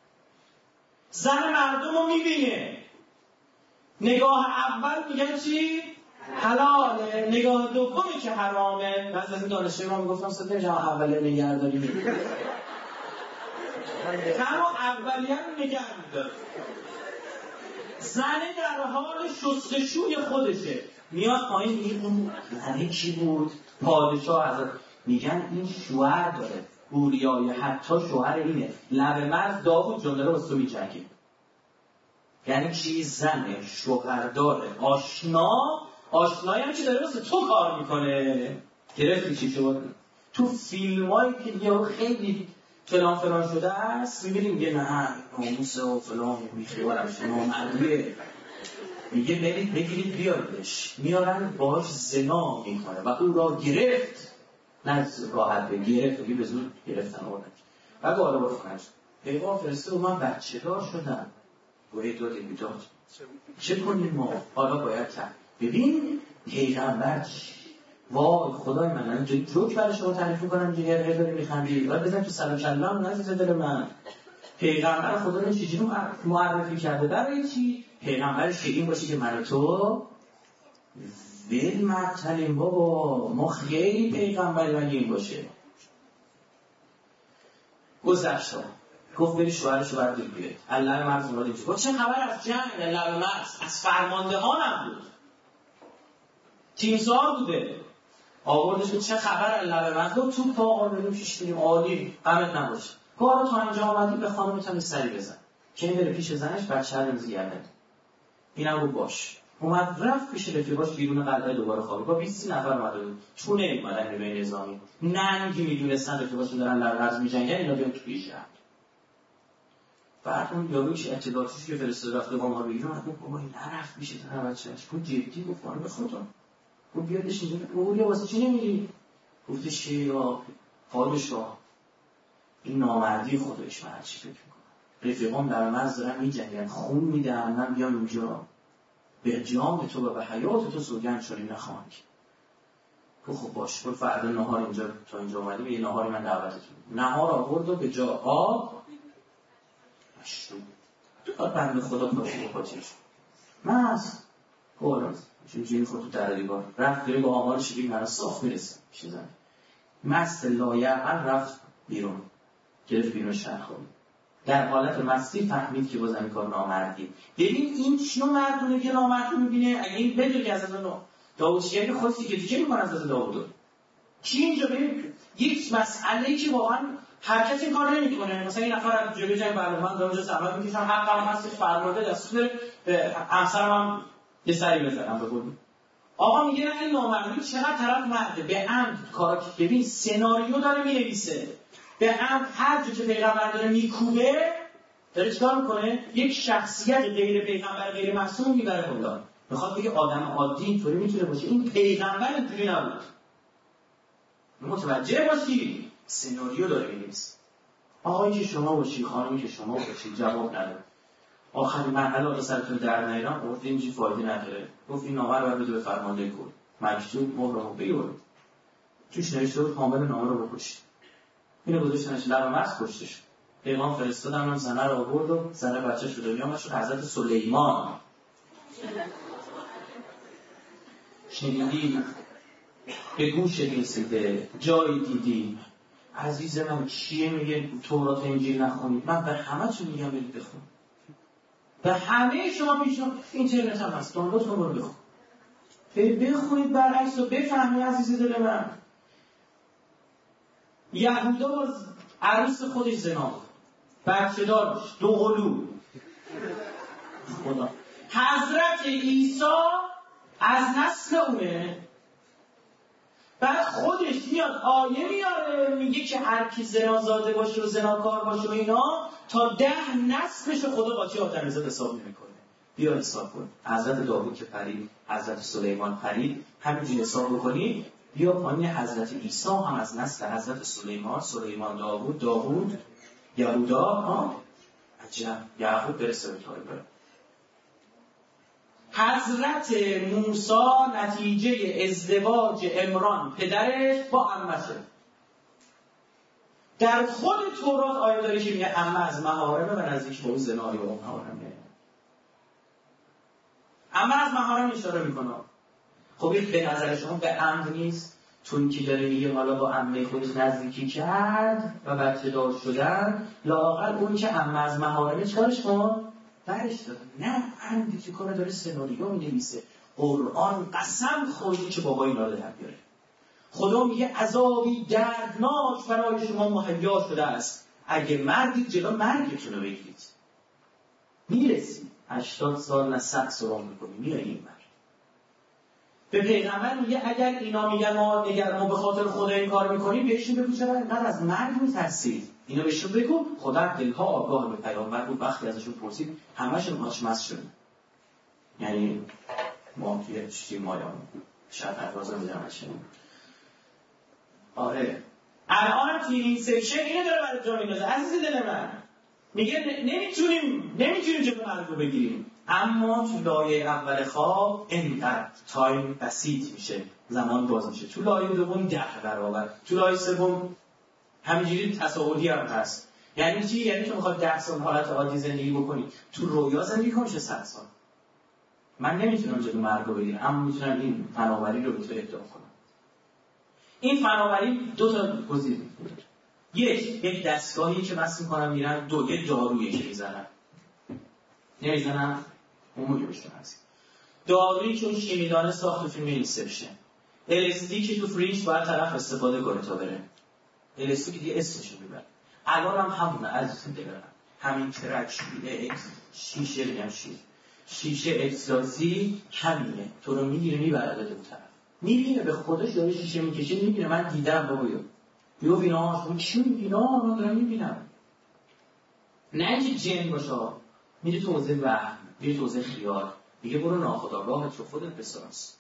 [SPEAKER 2] زن مردم رو میبینه. نگاه اول میگن چی؟ حلاله. نگاه دومی که حرامه. بعضی از این دانشجوی ما میگفتم صدای جمع اولیه نگهداری میگه. همون اولیه رو نگه میداره. زنه در حال شستشوی خودشه. میاد پایین میگه اون زنه کی بود؟ پادشاه حضرت. میگن این شوهر داره. بوریای حتی شوهر اینه. لب مرد داوود جون داره واسه میجنگه. یعنی چی؟ زنه شوهر داره آشنایی هم چی داره واسه تو کار میکنه. گرفتی چی شد؟ تو فیلمایی که دیگه خیلی فلان شده است میبینیم میگه نه ناموسه و فلان میخیارم شما مردیه. میگه برید بگیرید بیاردش. میارن باش زنا میکنه و او را گرفت. نه راحت به گرفت و به زور گرفتن آوردن و گاله با خونش پیغام فرسته و من بچه دار شدم. گوهی داده بیداد چه کنیم ما؟ حالا باید کرد. ببین پیغمبر وای خدای من جوک برای شما تعریف میکنم جگر هر داری میخندی باید بزن تو سر و کله هم نزیز دل من. پیغمبر خدا رو چیزی رو معرفی کرده برای چی؟ پیغمبرش که این باشه که من و تو ول مبتلیم بابا. ما خیلی پیغمبری مگه این باشه. گذشت گفت بری شوهرشو بردار بیاد. علم مرز اومد اینجا گفت چه خبر از جنگ؟ علم مرز از فرماندهانم بود. تیمسار بوده. آوردش چه خبر علم مرز؟ گفت تو پا آقا پیش بریم عالی غمت نباشه. کارو تا اینجا آمدی به خانمت سری بزن. که این بره پیش زنش بچه رو زیاده. اینم بود باش. اومد رفت پیش رفیقاش بیرون قلعه دوباره خوابه. با 20 نفر اومده بود. چونه اومدن به نظامی. ننگی میدونستن رفیقاشون دارن لرز میجنگن اینا بیان تو پیش رفت. بعد اون یارویش اطلاعاتش که فرستاده رفته با ما بگیرن گفت بابا این نرفت میشه تا بچه‌اش. گفت جدی گفت به خدا. گفت بیادش اینجا اولیا واسه چی نمیری؟ گفتش که یا پادشاه این نامردی خودش من چی فکر میکنم. رفیقام در مرز دارن میجنگن خون میدن من بیام اینجا به جام تو و به حیات تو سوگند شدیم نخواهم که. خب باش برو فردا نهار اینجا تا اینجا اومدی به یه نهاری من دعوتتون. نهار آورد و به جا آب مشروب داد بنده خدا پاشو بخاطرش مست قولم چون جیمی خود تو در دیوار رفت داره با آمار شیرین من صاف میرسه چیزن مست لایعقل رفت بیرون، گرفت بیرون شهر خورد. در حالت مستی فهمید که باز این کار نامردی. ببین این چنو مردونه که نامردی میبینه. اگه این بدون که از اون داوودشیه که خودی که دیگه میکنه از داوود کی اینجا ببین یک مسئله‌ای که واقعا هر کسی این کار نمیکنه. مثلا این نفر از جلوی جنگ برنامه‌مند داره اونجا زحمت میکشن، حقم هستش فرمانده دستور به همسرم هم یه سری بزنم بگم. آقا میگه نه این نامردی چقدر طرف مرده به عمد کار. ببین سناریو داره مینویسه به عمد هر جو که پیغمبر داره میکوبه داره چیکار میکنه؟ یک شخصیت غیر پیغمبر غیر معصوم میبره بالا. میخواد بگه آدم عادی اینطوری میتونه باشه. این پیغمبر اینطوری نبود. متوجه باشی سناریو داره مینویسه. آقایی که شما باشی، خانمی که شما باشی، جواب نداره. آخرین مرحله آقا سرتون در نیرم گفت این چیز فایده نداره. گفت این نامه رو بده به فرمانده کل. مکتوب مهرمو بگیرید. توش نوشته بود حامل نامه رو بکشید. اینو گذاشتنش لب مرز کشتش. پیغام فرستادم اون زنه رو آورد و زنه بچه‌ش رو دنیا آورد. حضرت سلیمان. شنیدی؟ به گوش رسیده، جایی دیدی. عزیز من چیه میگه تورات انجیل نخونید؟ من به همه‌تون میگم برید بخونید. به همه شما پیشنهاد اینترنت هم هست، دانلود کن برو بخون. بخونید برعکس و بفهمی عزیز دل من. یهودا باز عروس خودش زنا بچه دار باش، دو قلو خدا. حضرت عیسی از نسل اونه. بعد خودش میاد آیه میاره میگه که هر کی زنازاده باشه و زناکار باشه و اینا تا 10 نسلش خدا قاطی آدمیزاد حساب نمیکنه. بیا حساب کن. حضرت داوود که پرید، حضرت سلیمان پرید، همینجوری حساب بکنی بیا پایین حضرت عیسی هم از نسل حضرت سلیمان، سلیمان داوود یهودا عجب یعقوب برسه به طالب. حضرت موسی نتیجه ازدواج عمران پدرش با عمشه. در خود تورات آیه داره که میگه عمه از محارمه و نزدیک به اون زنای و محارمه. عمه از محارم اشاره میکنه. خب به نظر شما به عمد نیست؟ چون که داره میگه حالا با عمه خودش نزدیکی کرد و بچه دار شدن، لااقل اون که عمه از محارمه چکارش کن؟ برش داره. نه عمدی که کنه داره سناریو می‌نویسه. قرآن قسم خورده که بابا اینا رو در بیاره. خدا میگه عذابی دردناک برای شما مهیا شده است. اگه مردید جلو مرگتون رو بگیرید. میرسی 80 سال نه 100 سال میکنی میای این مرد. به پیغمبر میگه اگر اینا میگن ما به خاطر خدا این کار میکنیم بهشون بگو چرا اینقدر از مرگ میترسید. اینو بهشون بگو. خدا دلها آگاه به پیامبر بود. وقتی ازشون پرسید همشون آشمز شدن. یعنی ما توی چیزی مایان شاید احرازه میدونم چنین. آره الان توی این سکشن اینو داره برای جا میندازه. عزیز دل من میگه نمیتونیم جلو مرگ رو بگیریم. اما تو لایه اول خواب اینقدر تایم بسیط میشه، زمان باز میشه. تو لایه دوم 10 برابر، تو لایه سوم همینجوری تساوی هم هست. یعنی چی؟ یعنی تو میخواد 10 سال حالت عادی زندگی بکنی، تو رویا زندگی کنی 100 سال. من نمیتونم جلو مرگ رو بگیرم، اما میتونم این فناوری رو به تو ابداع کنم. این فناوری دو تا گزینه داره. یک دستگاهی که بس میکنم میرن، یک دارویی که میزنن. نمیزنن عمومی بشون هست. دارویی که اون شیمیدانه ساخت فیلم اینسپشن. LSD که تو فرینج باید طرف استفاده کنه تا بره. LSD که دیگه اسمشو میبره. الان هم همونه عزیزم بگرم. همین ترک شیشه اکسازی همینه. تو رو میگیره میبره به اون طرف. میبینه به خودش داره شیشه میکشه، میبینه من دیدم بابایو. یو بینا اون چی میبینا من دارم میبینم. نه اینکه جن باشه. میره تو حوزه وهم، میره تو حوزه خیال. میگه برو ناخودآگاهت رو خودت بساز.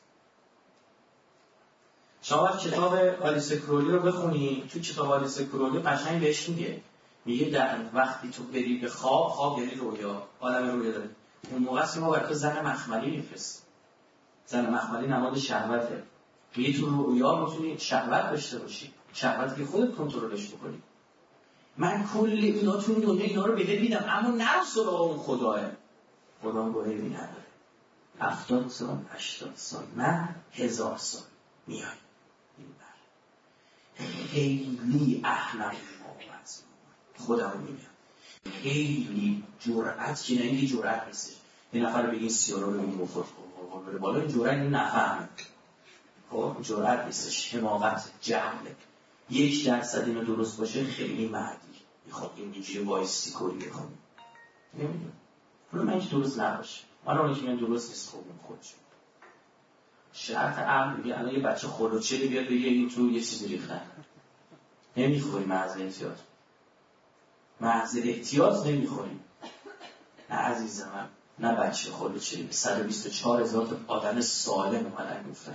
[SPEAKER 2] شما وقت کتاب آلیس کرولی رو بخونی، تو کتاب آلیس کرولی قشنگ بهش میگه در وقتی تو بری به خواب یعنی رویا، عالم رویا داره. اون موقع است ما برای تو زن مخملی میفرست. زن مخملی نماد شهوته. میگه تو رویا میتونی شهوت داشته باشی، شهوتی که خودت کنترلش بکنی. من کل اینا تو دنیا اینا رو بده دیدم، اما نه سراغ اون خداه. خدا گوهری نداره. 70 سال 80 سال نه 1000 سال میای این بر خیلی احمق خودمون میگم خیلی جرأت که نه اینکه جرأت نیست یه نفر بگین سیارا رو بگیم بخور بره بالا، این جرأت این نفهمه. خب جرأت نیستش، حماقت، جهله. 1% اینو درست باشه خیلی مردی میخواد اینجوری وایسی کوری بخونه. نمیدونم حالا من که درست نباشه، من اونی که من درست نیست خوب خودش شرط عقل میگه الان یه بچه خلوچلی بیاد بگه این تو یه چیزی ریختن نمیخوری محض احتیاط، محض احتیاط نمیخوریم. نه عزیز من، نه بچه خلوچلی، 124,000 آدم سالم اومدن گفتن.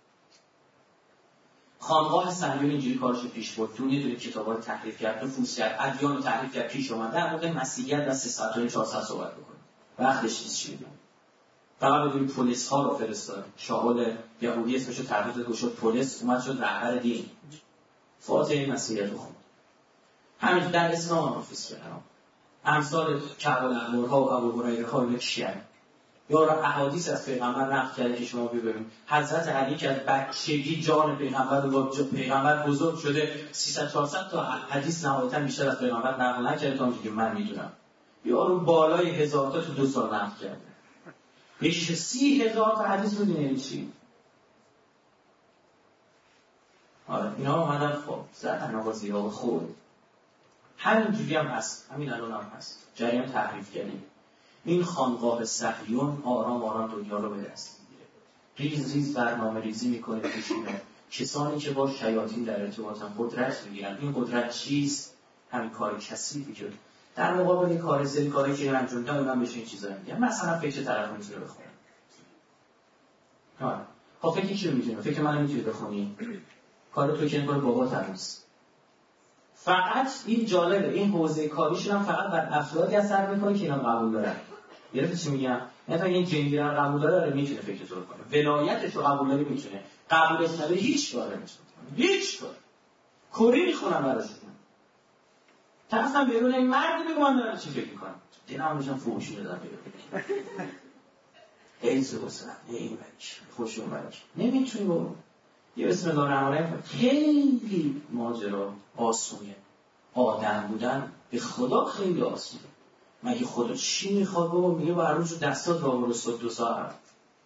[SPEAKER 2] خانقاه صهیون اینجوری کارشو پیش برد، تو یه دونه کتابا رو تحریف کرد، نفوذ کرد، ادیان رو تحریف کرد، پیش اومد در مورد مسیحیت و 300 تا 400 صحبت بکنه. وقتش نیست چی بگم. فقط بدون پلیس ها رو فرستاد. شاول یهودی اسمشو تغییر داد شد پلیس، اومد شد رهبر دین. فاتحه مسیحیت رو خوند. همین در اسلام حافظ کردن. امثال کعب الانوارها و ابو هریره ها اینا چیه؟ یا احادیث از پیغمبر نقل کرده که شما ببینید حضرت علی که از بچگی جان پیغمبر رو پیغمبر بزرگ شده 300 400 تا حدیث نهایتا بیشتر از پیغمبر نقل نکرده تا اونجوری که من میدونم. یارو بالای 1000 تا تو 2 سال نقل کرده. بیش 30,000 تا حدیث میدونی چی؟ آره اینا اومدن خب زدن آغازی ها خود. همینجوری هم هست، همین الان هم هست. جریان تحریف کردیم. این خانقاه صهیون آرام آرام دنیا رو به دست میگیره. ریز ریز برنامه ریزی میکنه پیشینه. کسانی که با شیاطین در ارتباطن قدرت میگیرن. این قدرت چیست؟ همین کار کثیفی که در مقابل کار سری کاری که انجام دادن اونم بهش این چیزا میگن. مثلا فکر طرف میتونه بخونه. خب فکر کی میتونه؟ فکر من میتونه بخونی. کار تو که کار بابا تنوس. فقط این جالبه این حوزه کاریشون هم فقط بر افرادی اثر میکنه که اینا قبول دارن. گرفتی چی میگم؟ یعنی تا این جنگیران قبول داره میتونه فکر طور کنه. ولایتش رو قبول داره میتونه. قبولش نداره هیچ کاری نمیتونه. هیچ کار. کوری میخونم براشون. طرفم بیرون این مرد بگو من دارم چی فکر میکنم. دلم میشم فوشی بدم بیرون. ایز حسن این بچه خوشون بچه نمیتونی برو. یه بسم الله الرحمن الرحیم خیلی ماجرا آسونه. آدم بودن به خدا خیلی آسونه. مگه خدا چی میخواد بابا؟ میگه با روز و دستات را برو صد 2 ساعت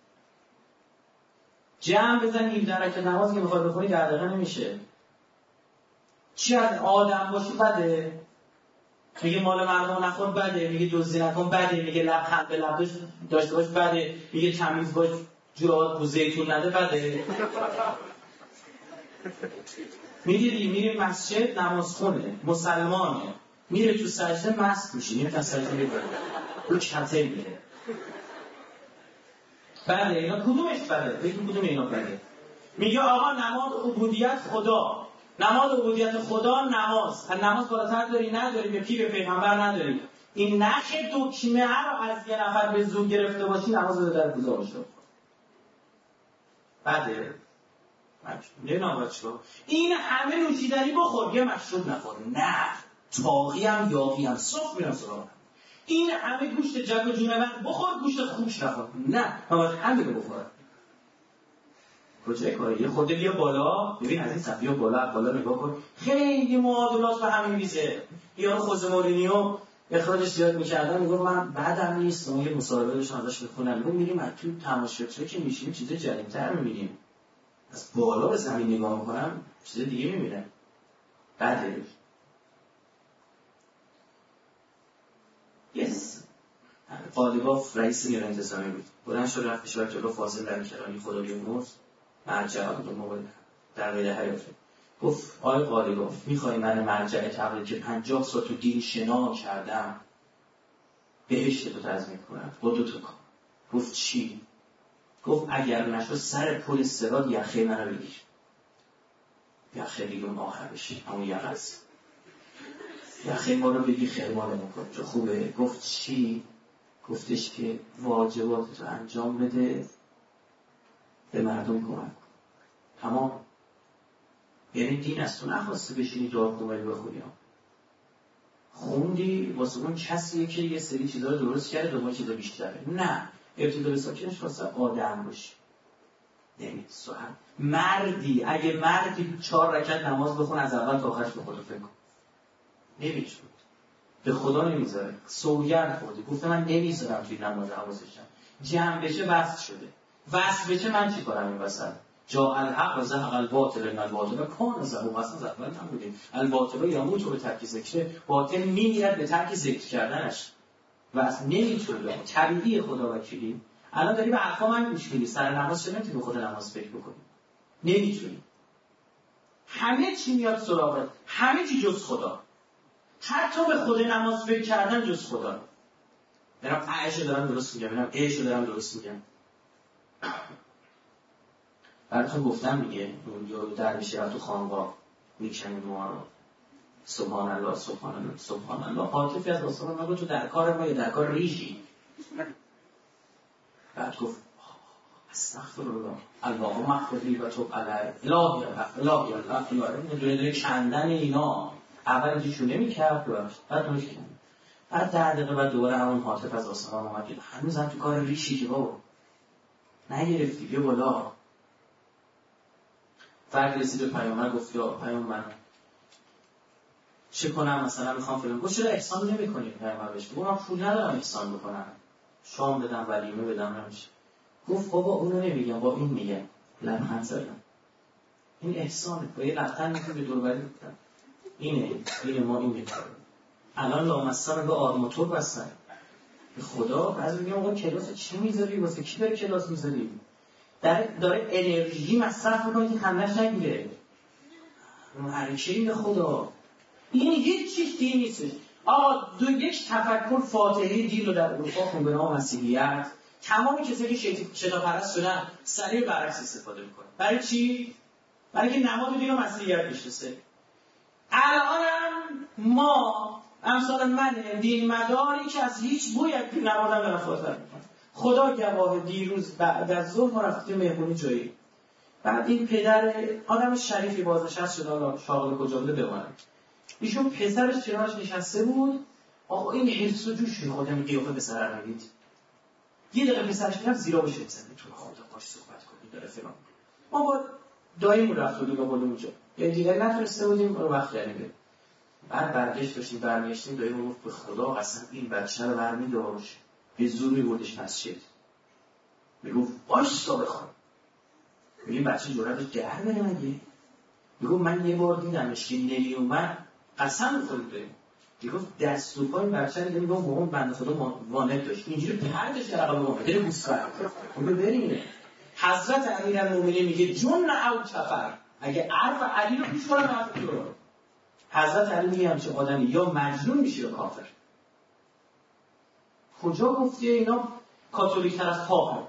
[SPEAKER 2] جمع بزن 17 رکعت نماز که میخواد بخونی 10 دقیقه نمیشه. چی از آدم باشی بده؟ میگه مال مردم نخور بده، میگه دزدی نکن بده، میگه لبخند به لب داشته باش بده، میگه تمیز باش جرات بو زیتون نده بده. میره مسجد نماز خونه مسلمانه، میره تو سجده مست میشه، میره تو سجده میره رو کته میره. بله اینا کدومش بده؟ بگیم کدوم اینا بده؟ میگه آقا نماز عبودیت خدا، نماز عبودیت خدا نماز. نماز بالاتر داری نداری؟ به پیر پیغمبر نداری. این نخ دکمه رو از یه نفر به زور گرفته باشی نماز رو در گذاشت. بده نمیدونم بچه‌ها این همه نوشیدنی بخور یه مشروب نخور. نه تاقی هم یاقی هم صبح میرم سراغ. این همه گوشت جگ و جونه من بخور گوشت خوش نخور. نه باید همین رو بخور. کجای کاری؟ یه خورده بیا بالا ببین از این صفحه بیا بالا نگاه کن. خیلی معادلات به همین میزه. یارو خوزه مورینیو اخراجش زیاد می‌کردن میگم من بعدم نیست. ما یه مصاحبه داشتم ازش بخونم. میگم از تو تماشاچی که میشیم چیز جدیدتر می‌بینیم. از بالا به زمین نگاه میکنم چیز دیگه میبینم. بعد قالیباف رئیس نیروی انتظامی بود. بلند شد رفت پیش جلو فاضل در کرانی خدا بیامرز مرجع بود موقع در قید حیاته. گفت آقای قالیباف میخوای من مرجع تقلید که 50 سال تو دین شنا کردم بهشت تو تضمین کنم با 2 تا کار. گفت چی؟ گفت اگر نشد سر پل صراط یخه منو بگیر. یخه دیگه اون آخر بشه همون یخه است. یخه ما رو بگیر خیرمانه میکن چون خوبه. گفت چی؟ گفتش که واجباتتو انجام بده به مردم کمک کن. تمام. یعنی دین از تو نخواسته بشینی دعا کنی بخونی. خوندی واسه اون کسیه که یه سری چیزا رو درست کرده دوباره چیزا بیشتره. نه ابتدا به ساکنش واسه آدم باشی. نمید سوال مردی اگه مردی 4 رکعت نماز بخون از اول تا آخرش به خودت فکر کن. نمیشه. به خدا نمیذاره. سوگند خورده گفته من نمیذارم توی نماز حواسشم جمع بشه وصل شده، وصل بشه من چی کنم این وسط؟ جا الحق و زهق الباطل ان الباطل کان زهوقا. اصلا اول نبودیم الباطل یموت به ترک ذکر، باطل میمیرد به ترک ذکر کردنش و اصلا نمیتونه. طبیعی خدا وکیلی. الان داری به حرفا من گوش میدی، سر نماز چه نمیتونی به خود نماز فکر بکنی؟ نمیتونی. همه چی میاد سراغت، همه چی جز خدا. حتی به خود نماز فکر کردن جز خدا. برم عایشو دارم درست میگم، برم عایشو دارم درست میگم. براتون گفتم دیگه، اون درویشه رو تو خانقاه میکنه ما رو سبحان الله سبحان الله سبحان الله. حاطفی از آسمان نگو تو در کار ما یا در کار ریشی. بعد گفت استغفرالله اللهم اغفر لی و تب علی الهی الهی دونه کندن اینا. اول اینجوشو نمی‌کرد بعد اونش کند. بعد 10 دقیقه بعد دوباره همون حاطف از آسمان اومد که هنوزم تو کار ریشی که بابا نگرفتی بیا بالا. فرد رسید به پیامبر گفت یا پیامبر چه کنم مثلا میخوام فلان. گفت چرا احسان نمی‌کنی؟ پیامبر بهش گفت من پول ندارم احسان بکنم، شام بدم ولیمه بدم نمیشه. گفت بابا اونو نمیگم، با این میگم. لبخند زدم. این احسانه. با یه لبخند میگم به دور بری بودم. اینه ما این میکنیم. الان لامصب به آرماتور بستن. به خدا بعضی میگم آقا کلاس چی میذاری؟ واسه کی داری کلاس میذاری؟ داره انرژی مصرف میکنه که خندش نگیره. حرکه‌ای به خدا. این هیچ چیز دین نیستش. آقا یک تفکر فاتحه دین رو در اروپا خون به نام مسیحیت، تمام کسایی که شیطان‌پرست شدن سریع برعکس استفاده میکنن. برای چی؟ برای که نماد دین رو مسیحیت میشناسه. الانم ما امثال من دین مداری که از هیچ بوی از دین نمادم دارن فاتحه میکنن. خدا گواه دیروز بعد از ظهر ما رفتیم مهمونی جایی. بعد این پدر آدم شریفی بازنشسته شد، حالا شاغل کجا بوده بمونه. ایشون پسرش کنارش نشسته بود. آقا این حرص و جوش میخواد همین قیافه پسر رو نگید. یه دقیقه پسرش میرفت زیرا بشه بزنه تو خدا باش صحبت کنید داره فلان. ما با داییمون رفت بودیم با اونجا. یه دیگه نتونسته بودیم رو وقت جریمه. بعد برگشت داشتیم برمیگشتیم داییمون گفت به خدا قسم این بچه رو برمی‌داشت به زور می‌بردش مسجد. میگفت وایسا بخوام. میگه بچه جرأتش در بره مگه؟ میگفت من یه بار دیدمش که نمیومد قسم خورده. میگفت دست و پای بچه رو میگفت مامان بنده خدا وانت داشت اینجوری پردش در عقب مامان دل گوسفند. میگه بریم. حضرت امیرالمومنین میگه جن او کفر. اگه عرف علی رو پیش کنم حرف تو. حضرت علی میگه همچه آدمی یا مجنون میشه یا کافر. کجا گفتی اینا کاتولیک تر از پاپ؟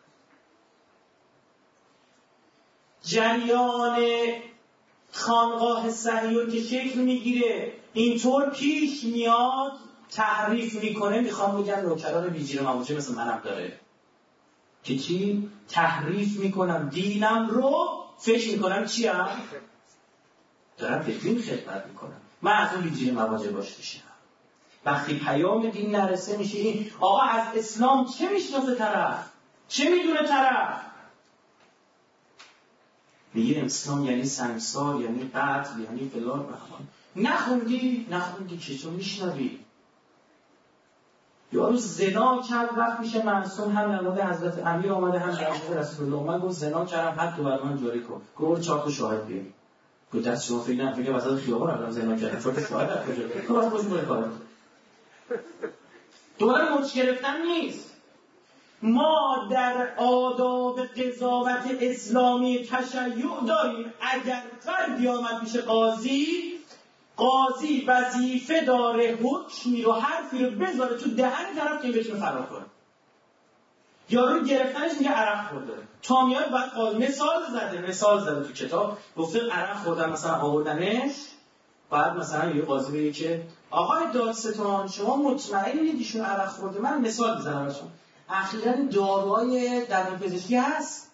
[SPEAKER 2] جریان خانقاه صهیون که شکل میگیره اینطور پیش میاد تحریف میکنه. میخوام بگم نوکران بیجیر مواجه مثل منم داره که چی؟ تحریف میکنم دینم رو، فکر میکنم چی هم؟ دارم به دین خدمت میکنم. من از اون بیجیر مواجه باش میشم. وقتی پیام دین نرسه میشه این آقا از اسلام چه میشناسه طرف؟ چه میدونه طرف؟ میگه اسلام یعنی سنگسار، یعنی قتل، یعنی فلان. نخوندی که تو میشنوی. یارو زنا کرد وقت میشه معصوم، هم نماد حضرت امیر آمده هم نماد رسول الله اومد گفت زنا کردم حد تو بر من جاری کن. گفت 4 تا شاهد بیار. گفت دست شما فکر نکنید وسط خیابون رفتم زنا کردم 4 تا شاهد در کجا بیار؟ تو واسه خودت کار کن. دوباره مچ گرفتن نیست. ما در آداب قضاوت اسلامی تشیع داریم. اگر فردی آمد میشه قاضی وظیفه داره حکمی رو حرفی رو بذاره تو دهن طرف که بتونه فرار کنه. یارو گرفتنش میگه عرق خورده. تا میاد بعد قاضی مثال زده تو کتاب گفته عرق خوردن مثلا آوردنش. بعد مثلا یه قاضی بگه که آقای دادستان شما مطمئنید ایشون عرق خورده؟ من مثال میزنم براتون. اخیراً داروهای دندانپزشکی هست.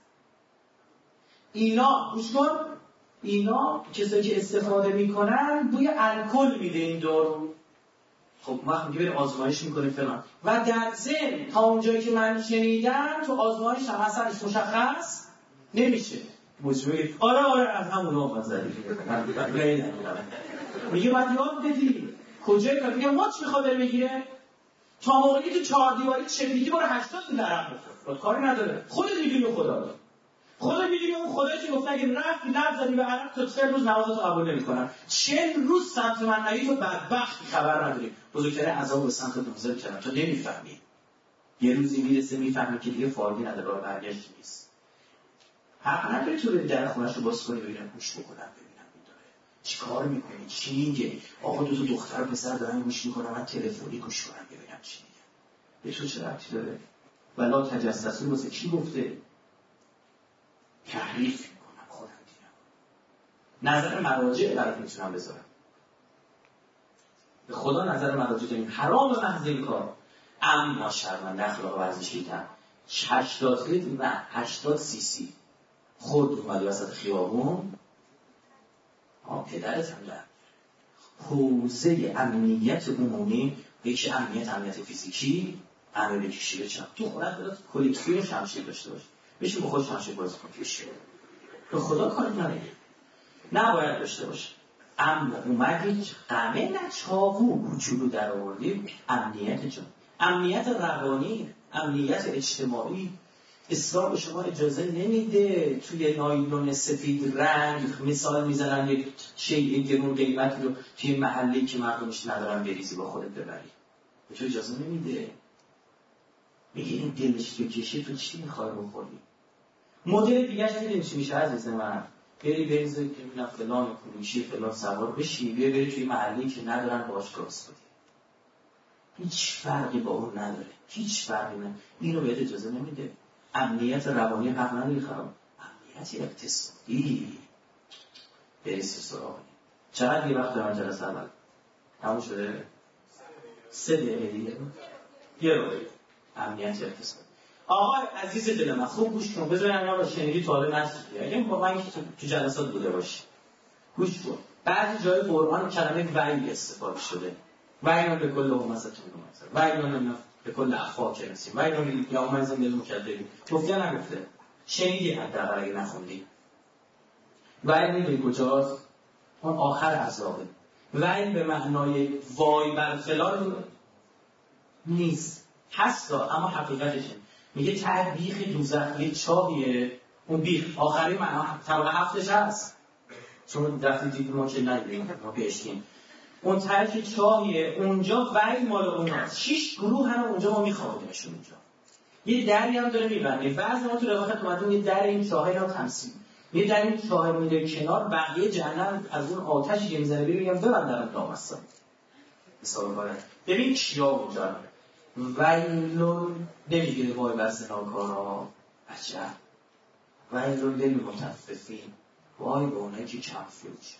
[SPEAKER 2] اینا گوش کن، اینا کسایی که استفاده میکنن بوی الکل میده این دارو. خب ما میگه بریم آزمایش میکنیم فلان و در ضمن تا اونجایی که من شنیدم تو آزمایش هم اثرش مشخص نمیشه. مجموعه آره از همون آمد زدی. میگه باید یاد بدی کجای کار میگه ماچ میخواد بره بگیره تا موقعی که 4 دیواری چریکی برو 80 تا عرق بخور کاری نداره. خودت میگی به خدا، خدا میگی اون خدایی که گفت اگه رفت لب زدی به عرق تا 40 روز نمازتو قبول نمیکنم. 40 روز سمت من نهی تو بدبخت خبر نداری. بزرگترین عذاب به سمت دوزه میکنم تو نمیفهمی. یه روزی میرسه میفهمی که دیگه فایده نداره، راه برگشت نیست. حق نداری تو در خونه‌ش رو باز کنی ببینم گوش بکنم ببینم این داره چیکار میکنه چی میگه. آقا دو تا دختر و پسر دارن گوش میکنن من تلفنی گوش کنم ببینم چی میگه. به تو چه ربطی داره؟ ولا تجسسون واسه کی گفته؟ تحریف میکنم خودم دیدم. نظر مراجع برات میتونم بذارم. به خدا نظر مراجع داریم حرام محض این کار. اما شرمنده اخلاق ورزشیتن 80 لیتر نه 80 سی سی خود اومدی وسط خیابون پدرت هم در حوزه امنیت عمومی یکی امنیت فیزیکی امنیت بکشی بچم تو خودت باید کلکسیون شمشیر داشته باش بشین با خود شمشیر بازی کن کشی به خدا کار نداره نباید داشته باشه. اما اومدی قمه نه چاقو کوچولو در آوردی امنیت جان امنیت روانی امنیت اجتماعی اسلام به شما اجازه نمیده توی نایلون سفید رنگ مثال میزنن یک شیء گرون قیمتی رو توی محلی که مردمش ندارن بریزی با خودت ببری. به تو اجازه نمیده. میگه این دلش بکشه تو چی میخوای بخوری؟ مدل دیگه‌اش دیدین چی میشه عزیز من؟ بریز که میگن فلان کلوشی فلان سوار بشی بری توی محلی که ندارن باهاش کلاس کنی. هیچ فرقی با اون نداره. هیچ فرقی نداره. اینو بهت اجازه نمیده. امنیت روانی حق نداری خراب. امنیت اقتصادی بریز سراغ. چقدر یه وقت من جلسه اول تموم شده؟ 3 دقیقه دیگه. یه رو امنیت اقتصادی. آقا عزیز دل من خوب گوش کن. بذار اینا رو شنیدی تا حالا نشدی. اگه با من تو جلسات بوده باشی. گوش کن. بعضی جای قرآن کلمه وعی استفاده شده. وعی به کل امتتون وعی به کل افاق کنسیم وعی یا امازم دل مکدری گفته یا نگفته؟ شنیدی حداقل اگه نخوندی. وعی میدونی کجاست؟ اون آخر عذابه. وعی به معنای وای بر فلان نیست هستا اما حقیقتشه. میگه ته بیخ دوزخ یه چاهیه اون بیخ آخری معنا طبقه 7ش هست چون رفتی دیدی ما که ندیدیم ما پیشتیم اون ته چاهیه اونجا وعی مال اوناست 6 گروه هم اونجا ما میخوابیمشون اونجا یه دری هم داره میبنده بعضی ما تو روایت اومدن یه در این چاهی را تمثیل یه در این چاهی میره کنار بقیه جهنم از اون آتشی که میزنه ببینم ببندن دامستا حساب کنه ببین کیا اونجا ویلون نمیگیره وای بر زناکارا عجب ویلون للمطففین وای به اونایی که کم فروش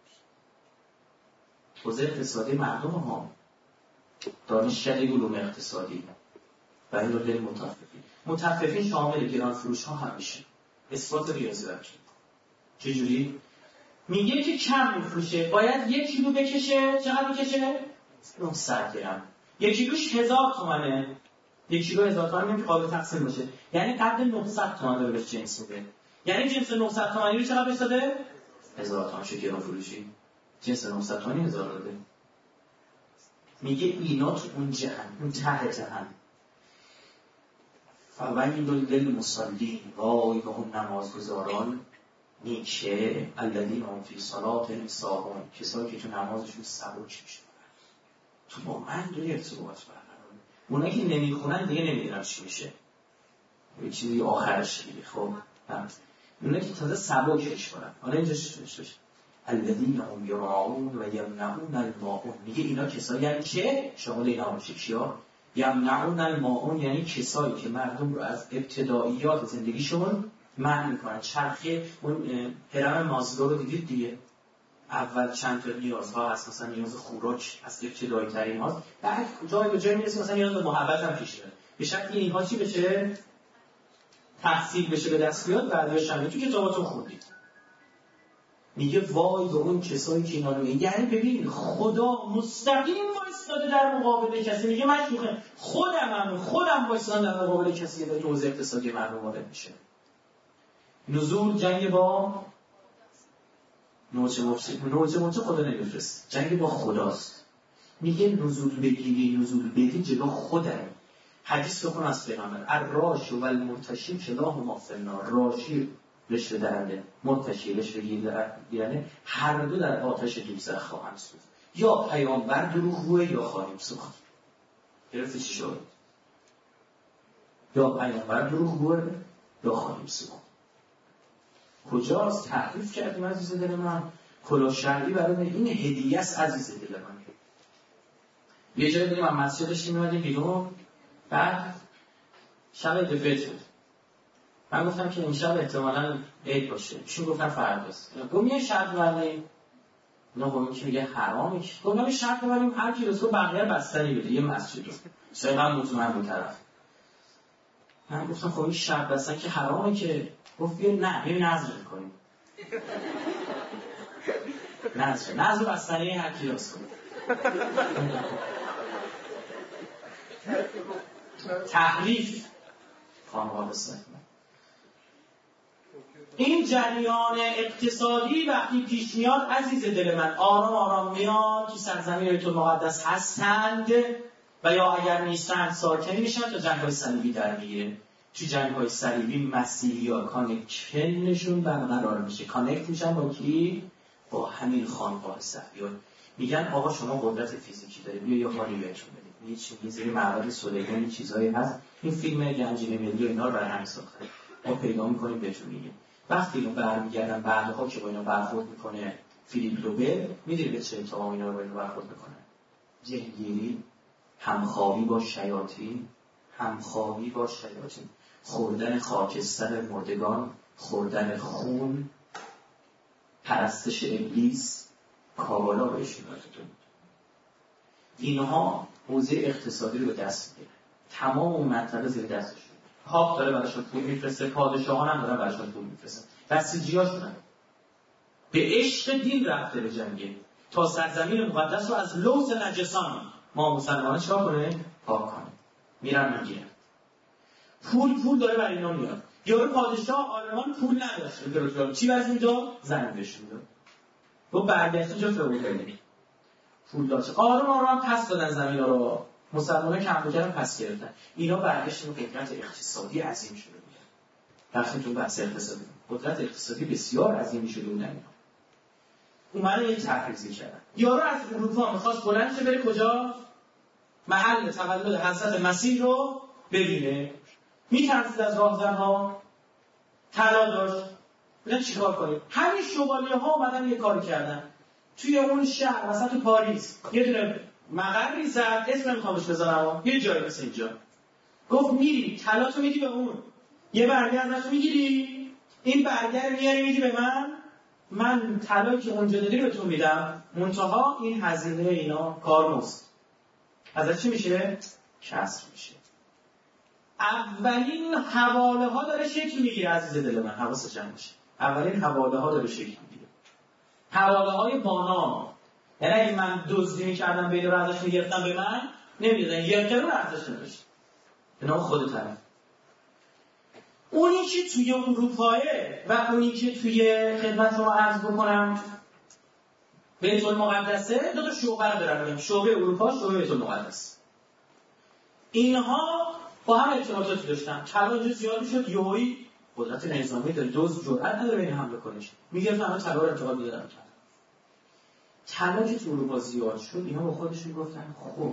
[SPEAKER 2] حوزه اقتصادی مردم ها دانشکده علوم اقتصادی ویلون للمطففین مطففین شامل گران فروش ها هم میشه اثبات ریاضی بکنید چجوری؟ میگه که کم میفروشه باید 1 کیلو بکشه چقدر بکشه؟ 900 گرم 1 کیلوش 1000 تومنه 1 کیلو 1000 تومن نمیشه قابل تقسیم باشه یعنی قدر 900 تومن داره بهش جنس میده یعنی جنس 900 تومانی رو چقدر بهش داده 1000 تومن شو گران فروشی جنس 900 تومانی 1000 داده میگه اینا تو اون جهنم اون ته جهنم فویل للمصلین وای به اون نمازگزاران نیکه الذین هم فی صلاتهم ساهون کسایی که تو نمازشون سبک میشن تو با من دوی ارتباط برقرار اونایی که نمیخونن دیگه نمیدونم چی میشه یه چیزی آخرش دیگه خب اونایی که تازه سبکش کنن حالا اینجا چی الذین هم یراعون و یمنعون الماعون میگه اینا کسایی یعنی که شامل اینا میشه کیا یمنعون الماعون یعنی کسایی که مردم رو از ابتداییات زندگیشون منع میکنن چرخه اون هرم مازلو رو دیدید دیگه اول چند تا نیازها هست مثلا نیاز خوراک از ابتدایی ترین هاست بعد جای به جای میرسه مثلا نیاز به محبت هم پیش میاد به شکلی اینها چی بشه تحصیل بشه به دست بیاد بعدش هم تو کتاباتون خوندید میگه وای به اون کسایی که اینا رو یعنی ببین خدا مستقیم وایساده در مقابل کسی میگه مشروخه خودم وایسادم در مقابل کسی که تو حوزه اقتصادی مردم وارد میشه نزول جنگ با نوچه خدا نمیفرست جنگ با خداست میگه نزول بگیری نزول بدی جلو خودم. حدیث بخون از پیغمبر الراش و المرتشی کلاهما فی النار. راشی رشوه دهنده، مرتشی رشوه گیرنده، هر دو در آتش دوزخ خواهند سوخت. یا پیامبر دروغگوه یا خواهیم سوخت. گرفتی چی شد؟ یا پیامبر دروغگوه یا خواهیم سوخت. کجاست؟ تحریف کردیم عزیز دل من. کلاه شرعی برای این هدیه است عزیز دل من. یه جایی بریم از مسجد داشتیم می‌اومدیم بیرون، بعد شب عید فطر بود. من گفتم که این شب احتمالاً عید باشه. ایشون گفتن فرداست. گفتم یه شرط ببندیم. اونا گفتن که میگه حرامه. گفتم یه شرط ببندیم هر کی رسو بقیه بستنی بده یه مسجد رو. سیغم مطمئن بود طرف. من گفتم خب این شرط بستن که حرامه که. گفت نه ببین نظر می‌کنیم. نظر بستنی هر کی راست کنه. تحریف خانواده سنت. این جریان اقتصادی وقتی پیش میاد عزیز دل من آرام آرام میاد تو سرزمین بیت المقدس هستند و یا اگر نیستند ساکن میشن تا جنگ‌های صلیبی در میگیره. تو جنگ‌های صلیبی مسیحی‌ها کانکشنشون برقرار میشه. کانکت میشن با کی؟ با همین خانقاه صفیان. میگن آقا شما قدرت فیزیکی داری بیا یه حالی بهتون بدیم. یه چیزی معبد سلیمان چیزایی هست. این فیلم گنجینه ملی و اینا رو برای همین ساخته. ما پیدا می‌کنیم بهتون میگیم. وقتی اینو برمیگردن بعدها که با اینا برخورد میکنه فیلیپ لوبل، میدونی به چه اتهام اینا رو با اینا برخورد میکنه؟ جهگیری، همخوابی با شیاطین، خوردن خاکستر مردگان، خوردن خون، پرستش ابلیس، کابالا بهشون دادتون. اینها حوزه اقتصادی رو به دست میگیره. تمام اون منطقه زیر دستشون. پاپ داره براشون پول میفرسته، پادشاهان هم دارن براشون پول میفرستن. بسیجی‌هاشون هم به عشق دین رفته به جنگه تا سرزمین مقدس رو از لوث نجسان ما مسلمانان چرا کنه؟ پاک کنه. میرن میگیرن. پول داره برای اینا میاد. یارو پادشاه آلمان پول نداشت. چی واسه اینجا؟ زمین بهش میداد. تو برگشت اینجا فئودالی. پول داشت. آرام پس دادن زمینا رو. مسلمانان کمبودن پس گرفتن. اینا برگشتن به قدرت اقتصادی عظیم شده بودن. وقتی تو بحث اقتصادی قدرت اقتصادی بسیار عظیمی شده بودن اینا. اومدن یه تحریزی کردن. یارو از اروپا می‌خواست بلند شه بره کجا؟ محل تولد حضرت مسیح رو ببینه. می‌ترسید از راهزن‌ها. طلا داشت. ببین چیکار کنیم؟ همین شوالیه‌ها اومدن یه کاری کردن. توی اون شهر مثلا تو پاریس یه دونه مقری زد، اسم نمیخوام بهش بذارم، یه جایی مثل اینجا. گفت میری طلا تو میدی به اون، یه برگه ازش میگیری، این برگه میاری میدی به من طلا که اونجا دادی رو تو میدم، منتها این هزینه اینا کارمزد. ازش چی میشه؟ کسر میشه. اولین حواله ها داره شکل میگیره عزیز دل من، حواست جمع باشه. اولین حواله ها داره شکل میگیره. حواله های بانام. یعنی اگه من دزدی میکردم بیدو رو ازش میگرفتم به من نمیدادن، یک قرون ارزش نداشت به نام خود طرف. اونی که توی اروپاه و اونی که توی خدمت رو عرض بکنم بیت المقدسه، دو تا شعبه رو دارم، شعبه اروپا، شعبه بیت المقدس. اینها با هم ارتباطاتی داشتن. طلا زیاد شد، یهویی قدرت نظامی داره، دزد جرأت نداره این حمله کنه. میگفتن همه طلا رو انتقال میدادن. طلا که تو اروپا زیاد شد، اینا با خودشون گفتن خب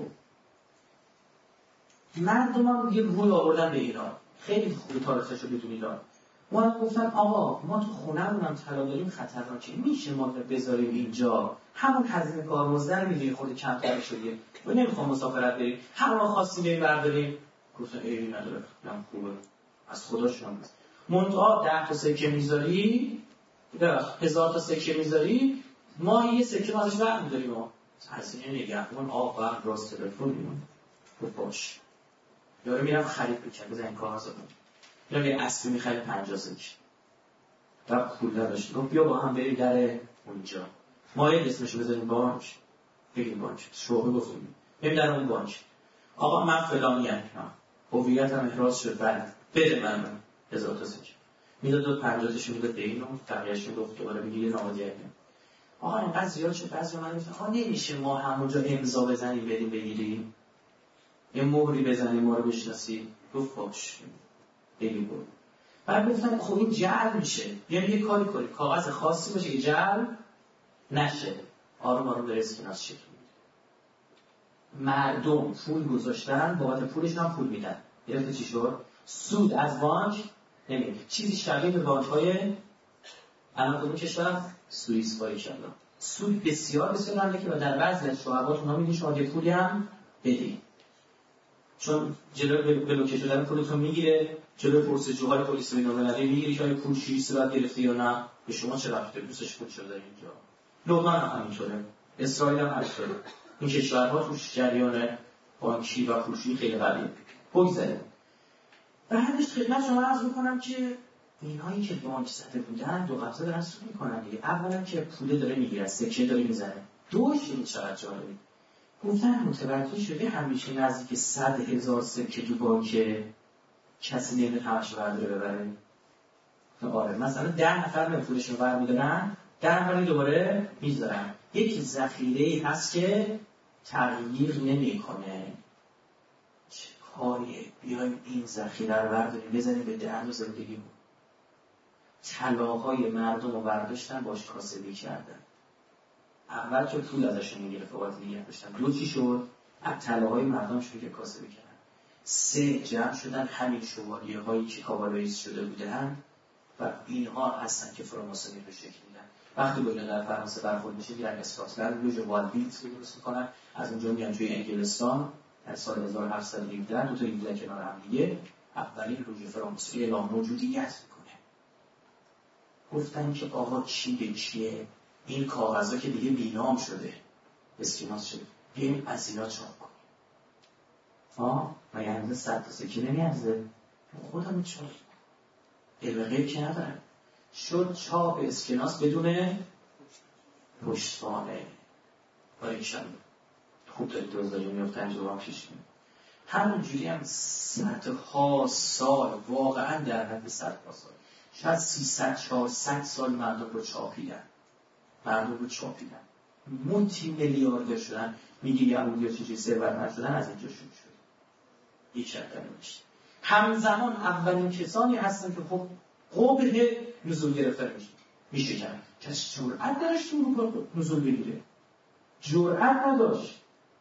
[SPEAKER 2] مردم هم یه روی آوردن به ایران. خیلی خوب تاریخش رو بدون ایران. ما گفتن آقا ما تو خونه‌مون هم طلا داریم، خطرناکه، میشه ما بذاریم اینجا، همون هزینه کارمزد میدونی خود کمتر شدی و نمیخوام مسافرت بریم، همون خواستیم بریم برداریم. گفتن ایرانی نداره، هم خوبه، از خداشون هست. منتها 10 تا سکه میذاری، 1000 تا سکه میذاری، ما یه سکه ازش برمی‌داریم. ما هزینه نگهبان، آب، برق، راست، تلفن میمونه. خب باش. یارو میرم خرید میکنم، بزن کار زدم. یا یه اسبی میخرید 50 سکه. بعد پول نداشت. گفت بیا با هم بریم در اونجا. ما یه اسمشو بزنیم بانک. بگیم بانک. شعبه گفتیم. بریم در اون بانک. آقا من فلانیم. هویتم احراز شد. بعد بده من 1000 تا سکه. میداد 50 تاشو میداد به اینو، بقیه‌اشو گفت دوباره بگی یه نامه دیگه. آقا اینقدر زیاد شد. بعضی من میگن آقا نمیشه ما همونجا امضا بزنیم بریم بگیریم، یه مهری بزنیم ما رو بشناسی. گفت باش بگی برو. بعد گفتم خب این جعل میشه، بیایم یه کاری کنیم کاغذ خاصی باشه که جعل نشه. آروم آروم داره اسکناس شکل میگیره. مردم پول گذاشتن، بابت پولشون هم پول میدن. گرفته چی شد؟ سود از بانک نمیگیره. چیزی شبیه به بانک‌های الان کدوم کشور؟ سوئیس باریکلا. سود بسیار بسیار نمیده و در بعضی از شعبات اونا میگن شما یه پولی هم بدید. چون جلوی بلوکه شدن پولتون میگیره، جلوی پرسجوهای پلیس و بین‌المللی میگیری که آیا پول چیزی صورت گرفته یا نه. به شما چه رفته؟ دوستش پول شده اینجا. لبنان هم همینطوره، اسرائیل هم همینطوره. این کشورها توش جریان بانکی و پولشویی خیلی قویه. بگذاریم. بعدش خدمت شما عرض میکنم که اینهایی که بانک زده بودن دو قبضه دارن سود میکنن دیگه. اولا که پول داره میگیره، سکه داره میزنه. دوش این چقدر جالبه. گفتن متوجه شده همیشه نزدیک 100,000 سکه تو بانک کسی نمیره همش برداره ببره. آره مثلا 10 نفر به پولش رو برمیدارن، 10 نفر دوباره میذارن. یک ذخیره‌ای هست که تغییر نمیکنه. چه کاریه؟ بیایم این ذخیره رو برداریم بزنیم به درد و زندگیمون. طلاهای مردم رو برداشتن باش کاسبی کردن. اول که پول ازشون میگرفت بابت نگه داشتن. دو چی شد؟ از طلاهای مردم شروع که کاسبی کردن. 3 جمع شدن همین شوالیه هایی که کاوالریست شده بودن و اینها هستن که فراماسونی رو شکل میدن. وقتی باید در فرانسه برخورد میشه میرن اسکاتلند لوژ والبیت رو درست میکنن، از اونجا میان توی انگلستان در سال 1717 دو تا لیگ کنار هم دیگه اولین لوژ فراماسونی اعلام موجودیت میکنه. گفتن که آقا چی به چیه؟ این کاغذها که دیگه بینام شده، اسکناس شده، بیاییم از اینا چاپ کنیم. مگه هنوز 100 تا سکه نمیارزه؟ خودم چاپ البقیه که ندارم. شد چاپ اسکناس بدون پشتوانه. باریکشان خوب دارید دوزداری میفته تجربه هم پیش میاد. همونجوری هم صدها سال، واقعا در حد صدها سال، شاید 300-400 سال مردم رو چاپیدن. مولتی میلیاردر شدن. میگه یهودی‌ها چجوری ثروتمند شدن؟ از اینجا شروع شد. یک شرط نمیشه. همزمان اولین کسانی هستن که خب قبه نزول گرفتن میشه کرد. کسی جرأت نداشت رو نزول بگیره. جرأت نداشت.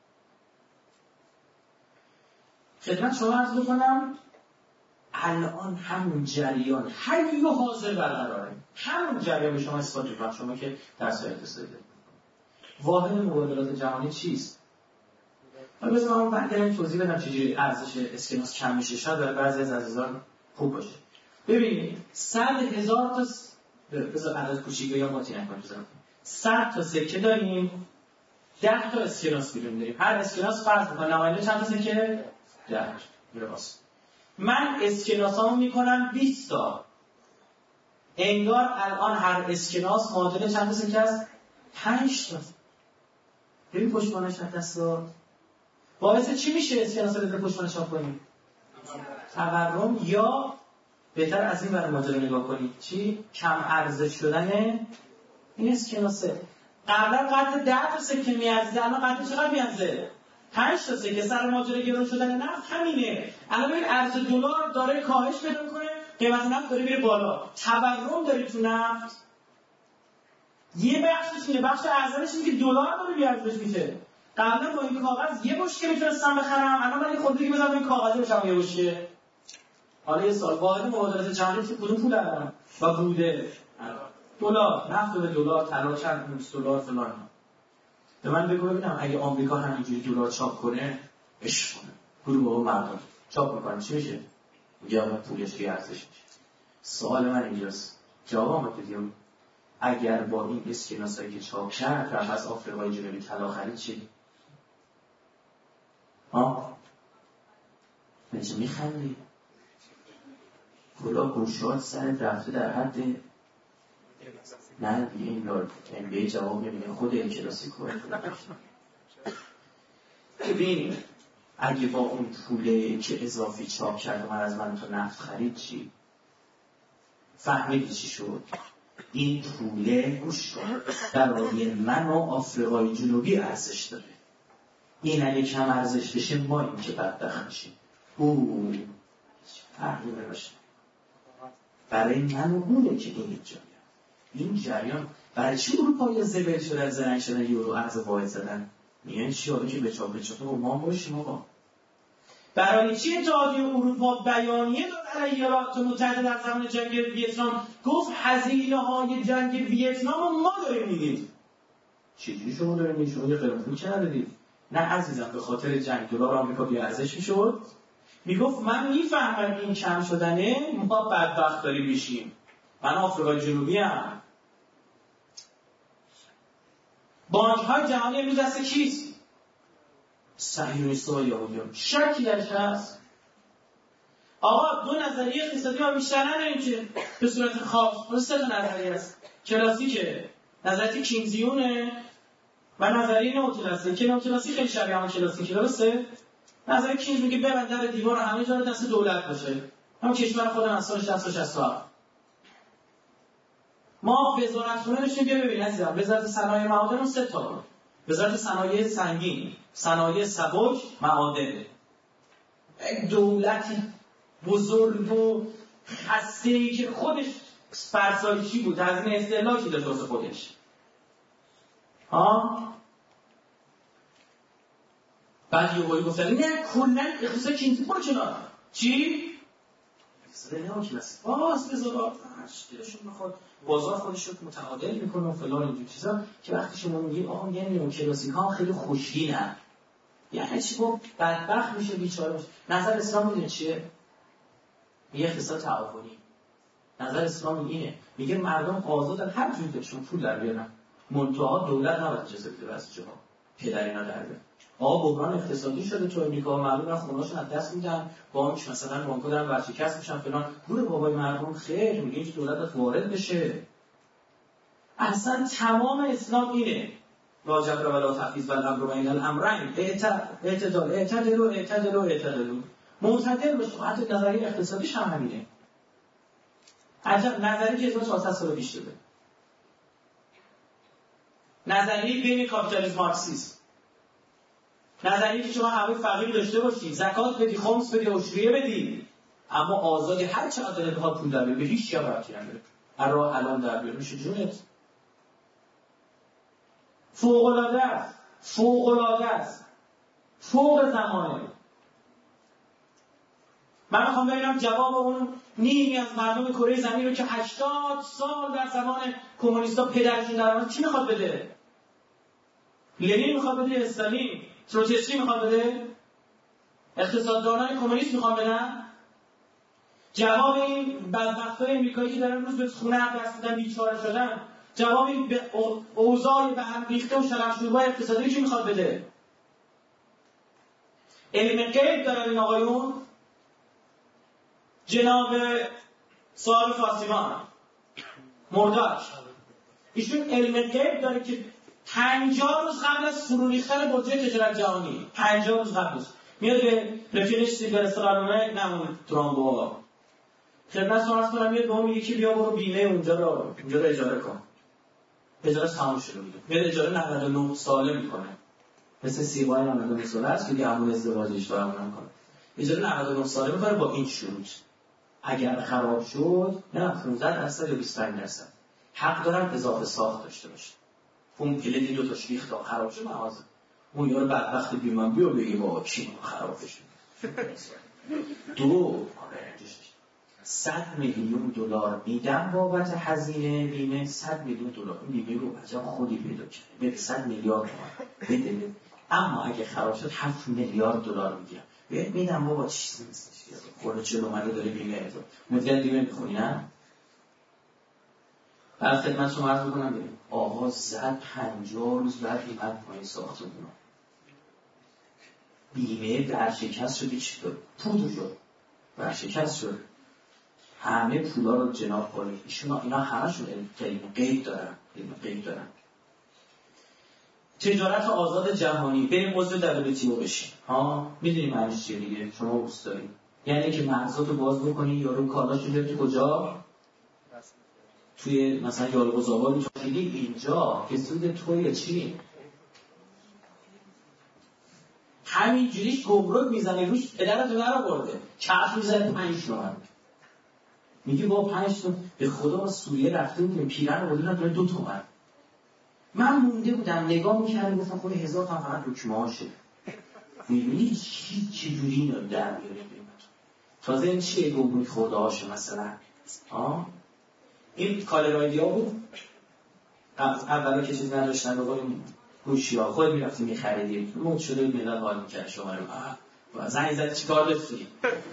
[SPEAKER 2] خدمت شما عرض بکنم الان همون جریان حی و حاضر برقراره. همون جریان به شما اثبات می‌کنم. شما که درس اقتصادی دارید. واحد مبادلات جهانی چیست؟ حالا بذار من بعداً توضیح بدم چجوری ارزش اسکناس کم میشه. شاید برای بعضی از عزیزان خوب باشه. ببینید 100,000 تا بذار عدد کوچیک یا ماتی نکنیم بذارم 100 تا سکه داریم، 10 تا اسکناس بیرون داریم. هر اسکناس فرض می‌کنه نماینده چند تا سکه؟ 10. درست. من اسکناسامو میکنم 20 تا. انگار الان هر اسکناس معادل چند تا سکه است؟ 5 تا. ببین پشتوانش دست داد. باعث چی میشه اسکناس رو پشتوانه چاپ کنیم؟ تورم یا بهتر از این برای ماجرا نگاه کنید چی؟ کم ارزش شدن این اسکناسه. قبلا قدر 10 تا سکه میارزه، الان قدر چقدر میارزه؟ 5 تا سکه. سر ماجرا گرون شدن نفت همینه. الان ببین ارز دلار داره کاهش پیدا میکنه، قیمت نفت داره میره بالا. تورم داره تو نفت. یه بخشش اینه، بخش ارزشش اینه که دلار داره بی‌ارزش میشه. قبلا با این کاغذ یه بشکه میتونستم بخرم، الان من خود دیگه بزنم این کاغذ بشم یه بشکه. حالا یه سال واحد مبادلات جهانی که کدوم پول الان و بوده دلار، نفت به دلار، طلا چند دلار فلان. به من بگو ببینم اگه آمریکا همینجوری دلار چاپ کنه اش کنه گروه مردم چاپ میکنن چی میشه؟ میگه پولش که ارزش میشه. سوال من اینجاست، جواب بدید. اگر با این اسکناسایی که چاپ کرد و از آفریقای جنوبی طلا خرید چی؟ منچه میخندی؟ کلا گوشات سرت رفته در حد نه دیگه این لارد NBA جواب نمیده خود این کلاسیکو. ببین اگه با اون پوله که اضافی چاپ کرد و من از من تو نفت خرید چی؟ فهمیدی چی شد؟ این پوله گوش کن برای من و آفریقای جنوبی ارزش داره. این اگه کم ارزش بشه ما این که بدبخت میشیم. او فرقی نمیشه. برای من و اونه که این جریان برای چی اروپایی زبل شدن زرنگ شدن یورو ارز واحد زدن؟ میگن چی حالا که به چاپ و ما باشیم آقا. برای چی اتحادیه اروپا بیانیه داد علیه ایالات متحده در زمان جنگ ویتنام؟ گفت هزینه‌های جنگ ویتنام ما داریم میدیم. چجوری شما داریم میدید؟ شما یه قرمون کردید؟ نه عزیزم، به خاطر جنگ دلار آمریکا بی ارزش میشد. میگفت من میفهمم این کم شدنه، ما بدبخت داریم میشیم. من آفریقای جنوبی ام. بانک‌های جهانی امروز دست کیست؟ صهیونیست‌ها و یهودیان. شکی درش هست؟ آقا دو نظریه اقتصادی ما بیشتر نداریم که به صورت خاص. سه تا نظریه است. کلاسیکه، نظریه کینزیونه و نظریه نوکلاسیک. که نوکلاسیک خیلی شبیه همون کلاسیکه، درسته؟ نظریه کینز میگه ببند در دیوار همه جا رو دست دولت باشه. همون کشور خودم از سال 60 تا 67. ما وزارتخونه داشتیم که ببین عزیزم، وزارت صنایع معادن اون سه تا. وزارت صنایع سنگین، صنایع سبک، معادن. یک دولتی بزرگ و خسته‌ای که خودش فرسایشی بود، هزینه استهلاکی داشت واسه خودش. بعد یه بایی گفتن نه کلن اقتصاد کینزی برو کنار. چی؟ اقتصاد نئوکلاسیک. بذار دلشون میخواد بازار خودش رو متعادل میکنه و فلان اینجور چیزا، که وقتی شما میگید آقا یعنی نئوکلاسیک ها خیلی خوشگینن، یعنی چی؟ با بدبخت میشه، بیچاره میشه. نظر اسلام میدونه چیه؟ میگه اقتصاد تعاونی. نظر اسلام اینه، میگه مردم آزادن هر جوری دلشون پول در بیارن، منتها دولت نباید اجازه بده بعضی جاها پدر اینا در بیارن. بحران اقتصادی شده تو امریکا، مردم خونه‌هاشون از دست میدن، بانک مثلا بانک‌ها دارن ورشکست میشن فلان. پول بابای مردم خیر، میگه این دولت وارد بشه. اصلا تمام اسلام اینه، لا جبر ولا تفویض و الامر بین الامرین، اعتدلوا. معتدل باشه. حتی نظریه اقتصادیش هم همینه. عجب نظریه که 1400 سال پیش شده. نظریه بین کاپیتالیسم و مارکسیسم. نظریه که شما همه فقیر داشته باشی، زکات بدی، خمس بدی، عشریه بدی، اما آزادی هر چقدر دلت بخواد پول در بیاری، به هیچ جا ربطی نداره. هر راه حلال در بیاری میشه جونت. فوق‌العاده است. فوق زمانه. من میخوام ببینم جواب اون نیمی از مردم کره زمین رو که 80 سال در زمان کمونیستا پدرشون درآمد چی میخواد بده؟ لنین میخواد بده؟ استالین؟ تروتسکی میخواد بده؟ اقتصاددانان کمونیست میخواد بدن؟ جواب این بدبختای امریکایی که دارن روز به خونه دست میدن بیچاره شدن، جواب این به اوضاع به هم ریخته و شلخشوربای اقتصادی چی میخواد بده؟ علم غیب دارن این آقایون؟ جناب صاحب فاطیمان مرداش ایشون علم غیب داره که 50 روز قبل از فرو ریختن بودجه تجارت جهانی، 50 روز قبلش میاد به رفیقش سیلوسترانومه، نه اون ترامبو، خدمت شما عرض کنم، میاد به اون میگه که بیا برو بیمه اونجا رو اجاره کن. اجاره تمام شده بوده، میاد اجاره 99 ساله میکنه، مثل سیبای 99 ساله است که همون ازدواجش دارم نمیکنه. اجاره 99 ساله میکنه با این شروط: اگر خراب شد نه 15% یا 25% حق دارم اضافه ساخت داشته باشه. اون کلیدی دو تا شیخ تا خراب شد مغازه، اون یارو بدبخت بیمم بیا بگی بابا کی خرابش دو 100 میلیون دلار میدم بابت هزینه بیمه. 100 میلیون دلار این بیمه رو عجب خودی پیدا کرده، به 100 میلیارد بده. اما اگه خراب شد 7 میلیارد دلار میگیرم. میدم بابا چیزی نیست، خورده چلو اومده داره بیمه تو مدل دیگه میخونی نه؟ بعد خدمت شما عرض بکنم ببین آقا زد 50 روز بعد قیمت پایین ساختمون بیمه ورشکست شد، چی شد؟ پودر شد، ورشکست شد، همه پولا رو جناب بالا اینا همشون علم غیب دارن. تجارت آزاد جهانی بریم موضوع WTO بشیم. میدونی معنیش چیه دیگه؟ شما دوست دارید یعنی که مرزاتو باز بکنی، یارو کالاشو بیاره تو کجا؟ توی مثلا یالقوزآباد دیدی اینجا که سود توی چی؟ همینجوریش گمرک میزنه روش پدرتو درآورده کف میزنه 5 تومن میگه با 5 تومن به خدا سوریه رفته بودیم پیرن رو بودن 2 تومن من مونده بودم نگاه میکردم گفتم خود 1000 تومن فقط دکمه هاشه میبینی چجوری اینو در میاره تازه این چیه گمرک خورده هاشه مثلا این کالرایدیا بود اولا که چیز نداشتن رو بریم گوشی ها خود میرفتیم میخریدیم مود شده بود ملت حال میکرد شما رو زنگ زدی چی کار داشتی؟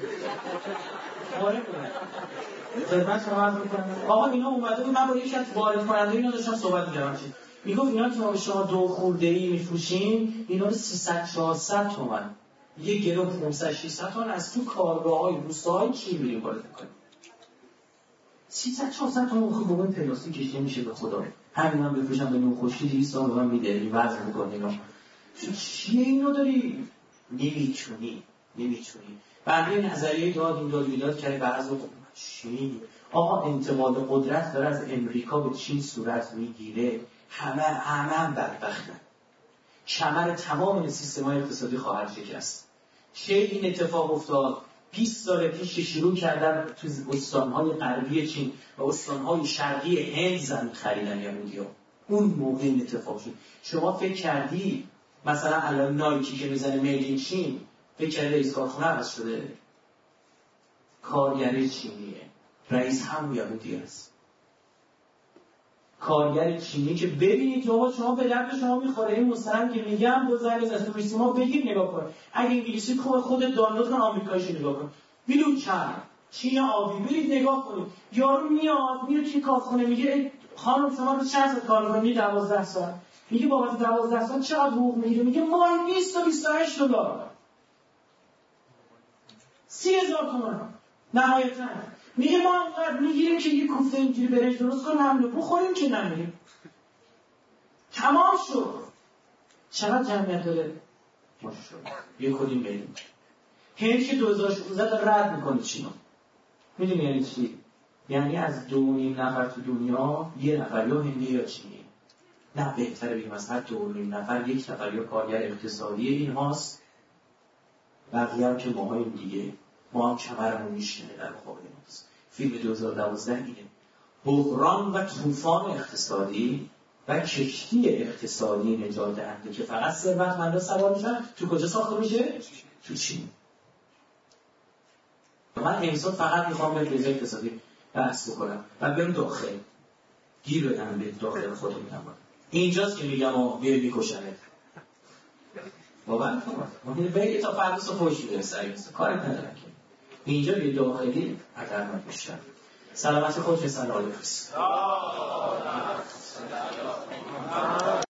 [SPEAKER 2] آره کنه خدمت شما عرض میکنم آقا اینا اومده بود من با یکی از وارد کننده اینا داشتم صحبت میکردم میگفت اینا که ما به شما 2 خورده‌ای میفروشیم اینا رو 300-400 تومن یه گلو 500-600 تومن از تو کارگاه‌های روستاهای چی میریم وارد میکنیم 300-400 تومن خب با پلاستیک کشیده میشه به خدا همین من بفروشم به نون خشکی 200 تومن به من میده این وزن میکنه اینا چیه اینو داری نمیتونی بعد نظریه داد کرده بعضی چی آقا انتقال قدرت داره از امریکا به چین صورت میگیره همه بدبختن کمر تمام سیستم‌های اقتصادی خواهد شکست چه این اتفاق افتاد 20 سال پیش شروع کردن تو استان‌های غربی چین و استان‌های شرقی هند زمین خریدن یهودی‌ها اون موقع این اتفاق شد شما فکر کردی مثلا الان نایکی که میزنه میل این چین فکر کردی رئیس کارخونه عوض شده کارگر چینیه رئیس هم یهودی است کارگر چینی که ببینید شما به درد شما میخوره این مستند که میگم دو زنگ از توی ما بگید نگاه کن اگه انگلیسی خودت دانلود کن آمریکاییشو نگاه کن بلوچن چین آبی برید نگاه کنید یارو میاد توی کارخونه میگه خانم شما رو چند ساعت کار می‌کنید 12 ساعت میگه بابت 12 ساعت چقدر حقوق میگیره میگه ماهی 20 تا 28 دلار 30,000 تومان نهایتاً میگه ما انقدر میگیریم که یه کوفته اینجوری برنج درست کنیم همینو بخوریم که نمیریم تمام شد چقدر جمعیت داره؟ ماشاءالله یه کدیم بریم هند که 2016 رد میکنه چینو میدونی یعنی چی؟ یعنی از 2.5 نفر تو دنیا 1 نفر یا هندی یا چینی نه بهتره بگیم از هر 2.5 نفر 1 نفر یا کارگر اقتصادی این هاست بقیه هم که ماها این دیگه ما هم کمرمون میشکنه در مقابل ماست فیلم 2012 اینه بحران و طوفان اقتصادی و کشتی اقتصادی نجات دهنده که فقط ثروتمندا سوار میشن تو کجا ساخته میشه؟ تو چین من امسال فقط میخوام به رژه اقتصادی بحث بکنم و بریم داخل گیر بدم به داخل خودمون اینجاست که میگم بیای میکشنه باور کن ممکنه بگی تا فردا صبح خوش میره سریعه کاری ندارم که اینجا یه داخلی خطرناک میشه سلامتی خودت سلام علیکم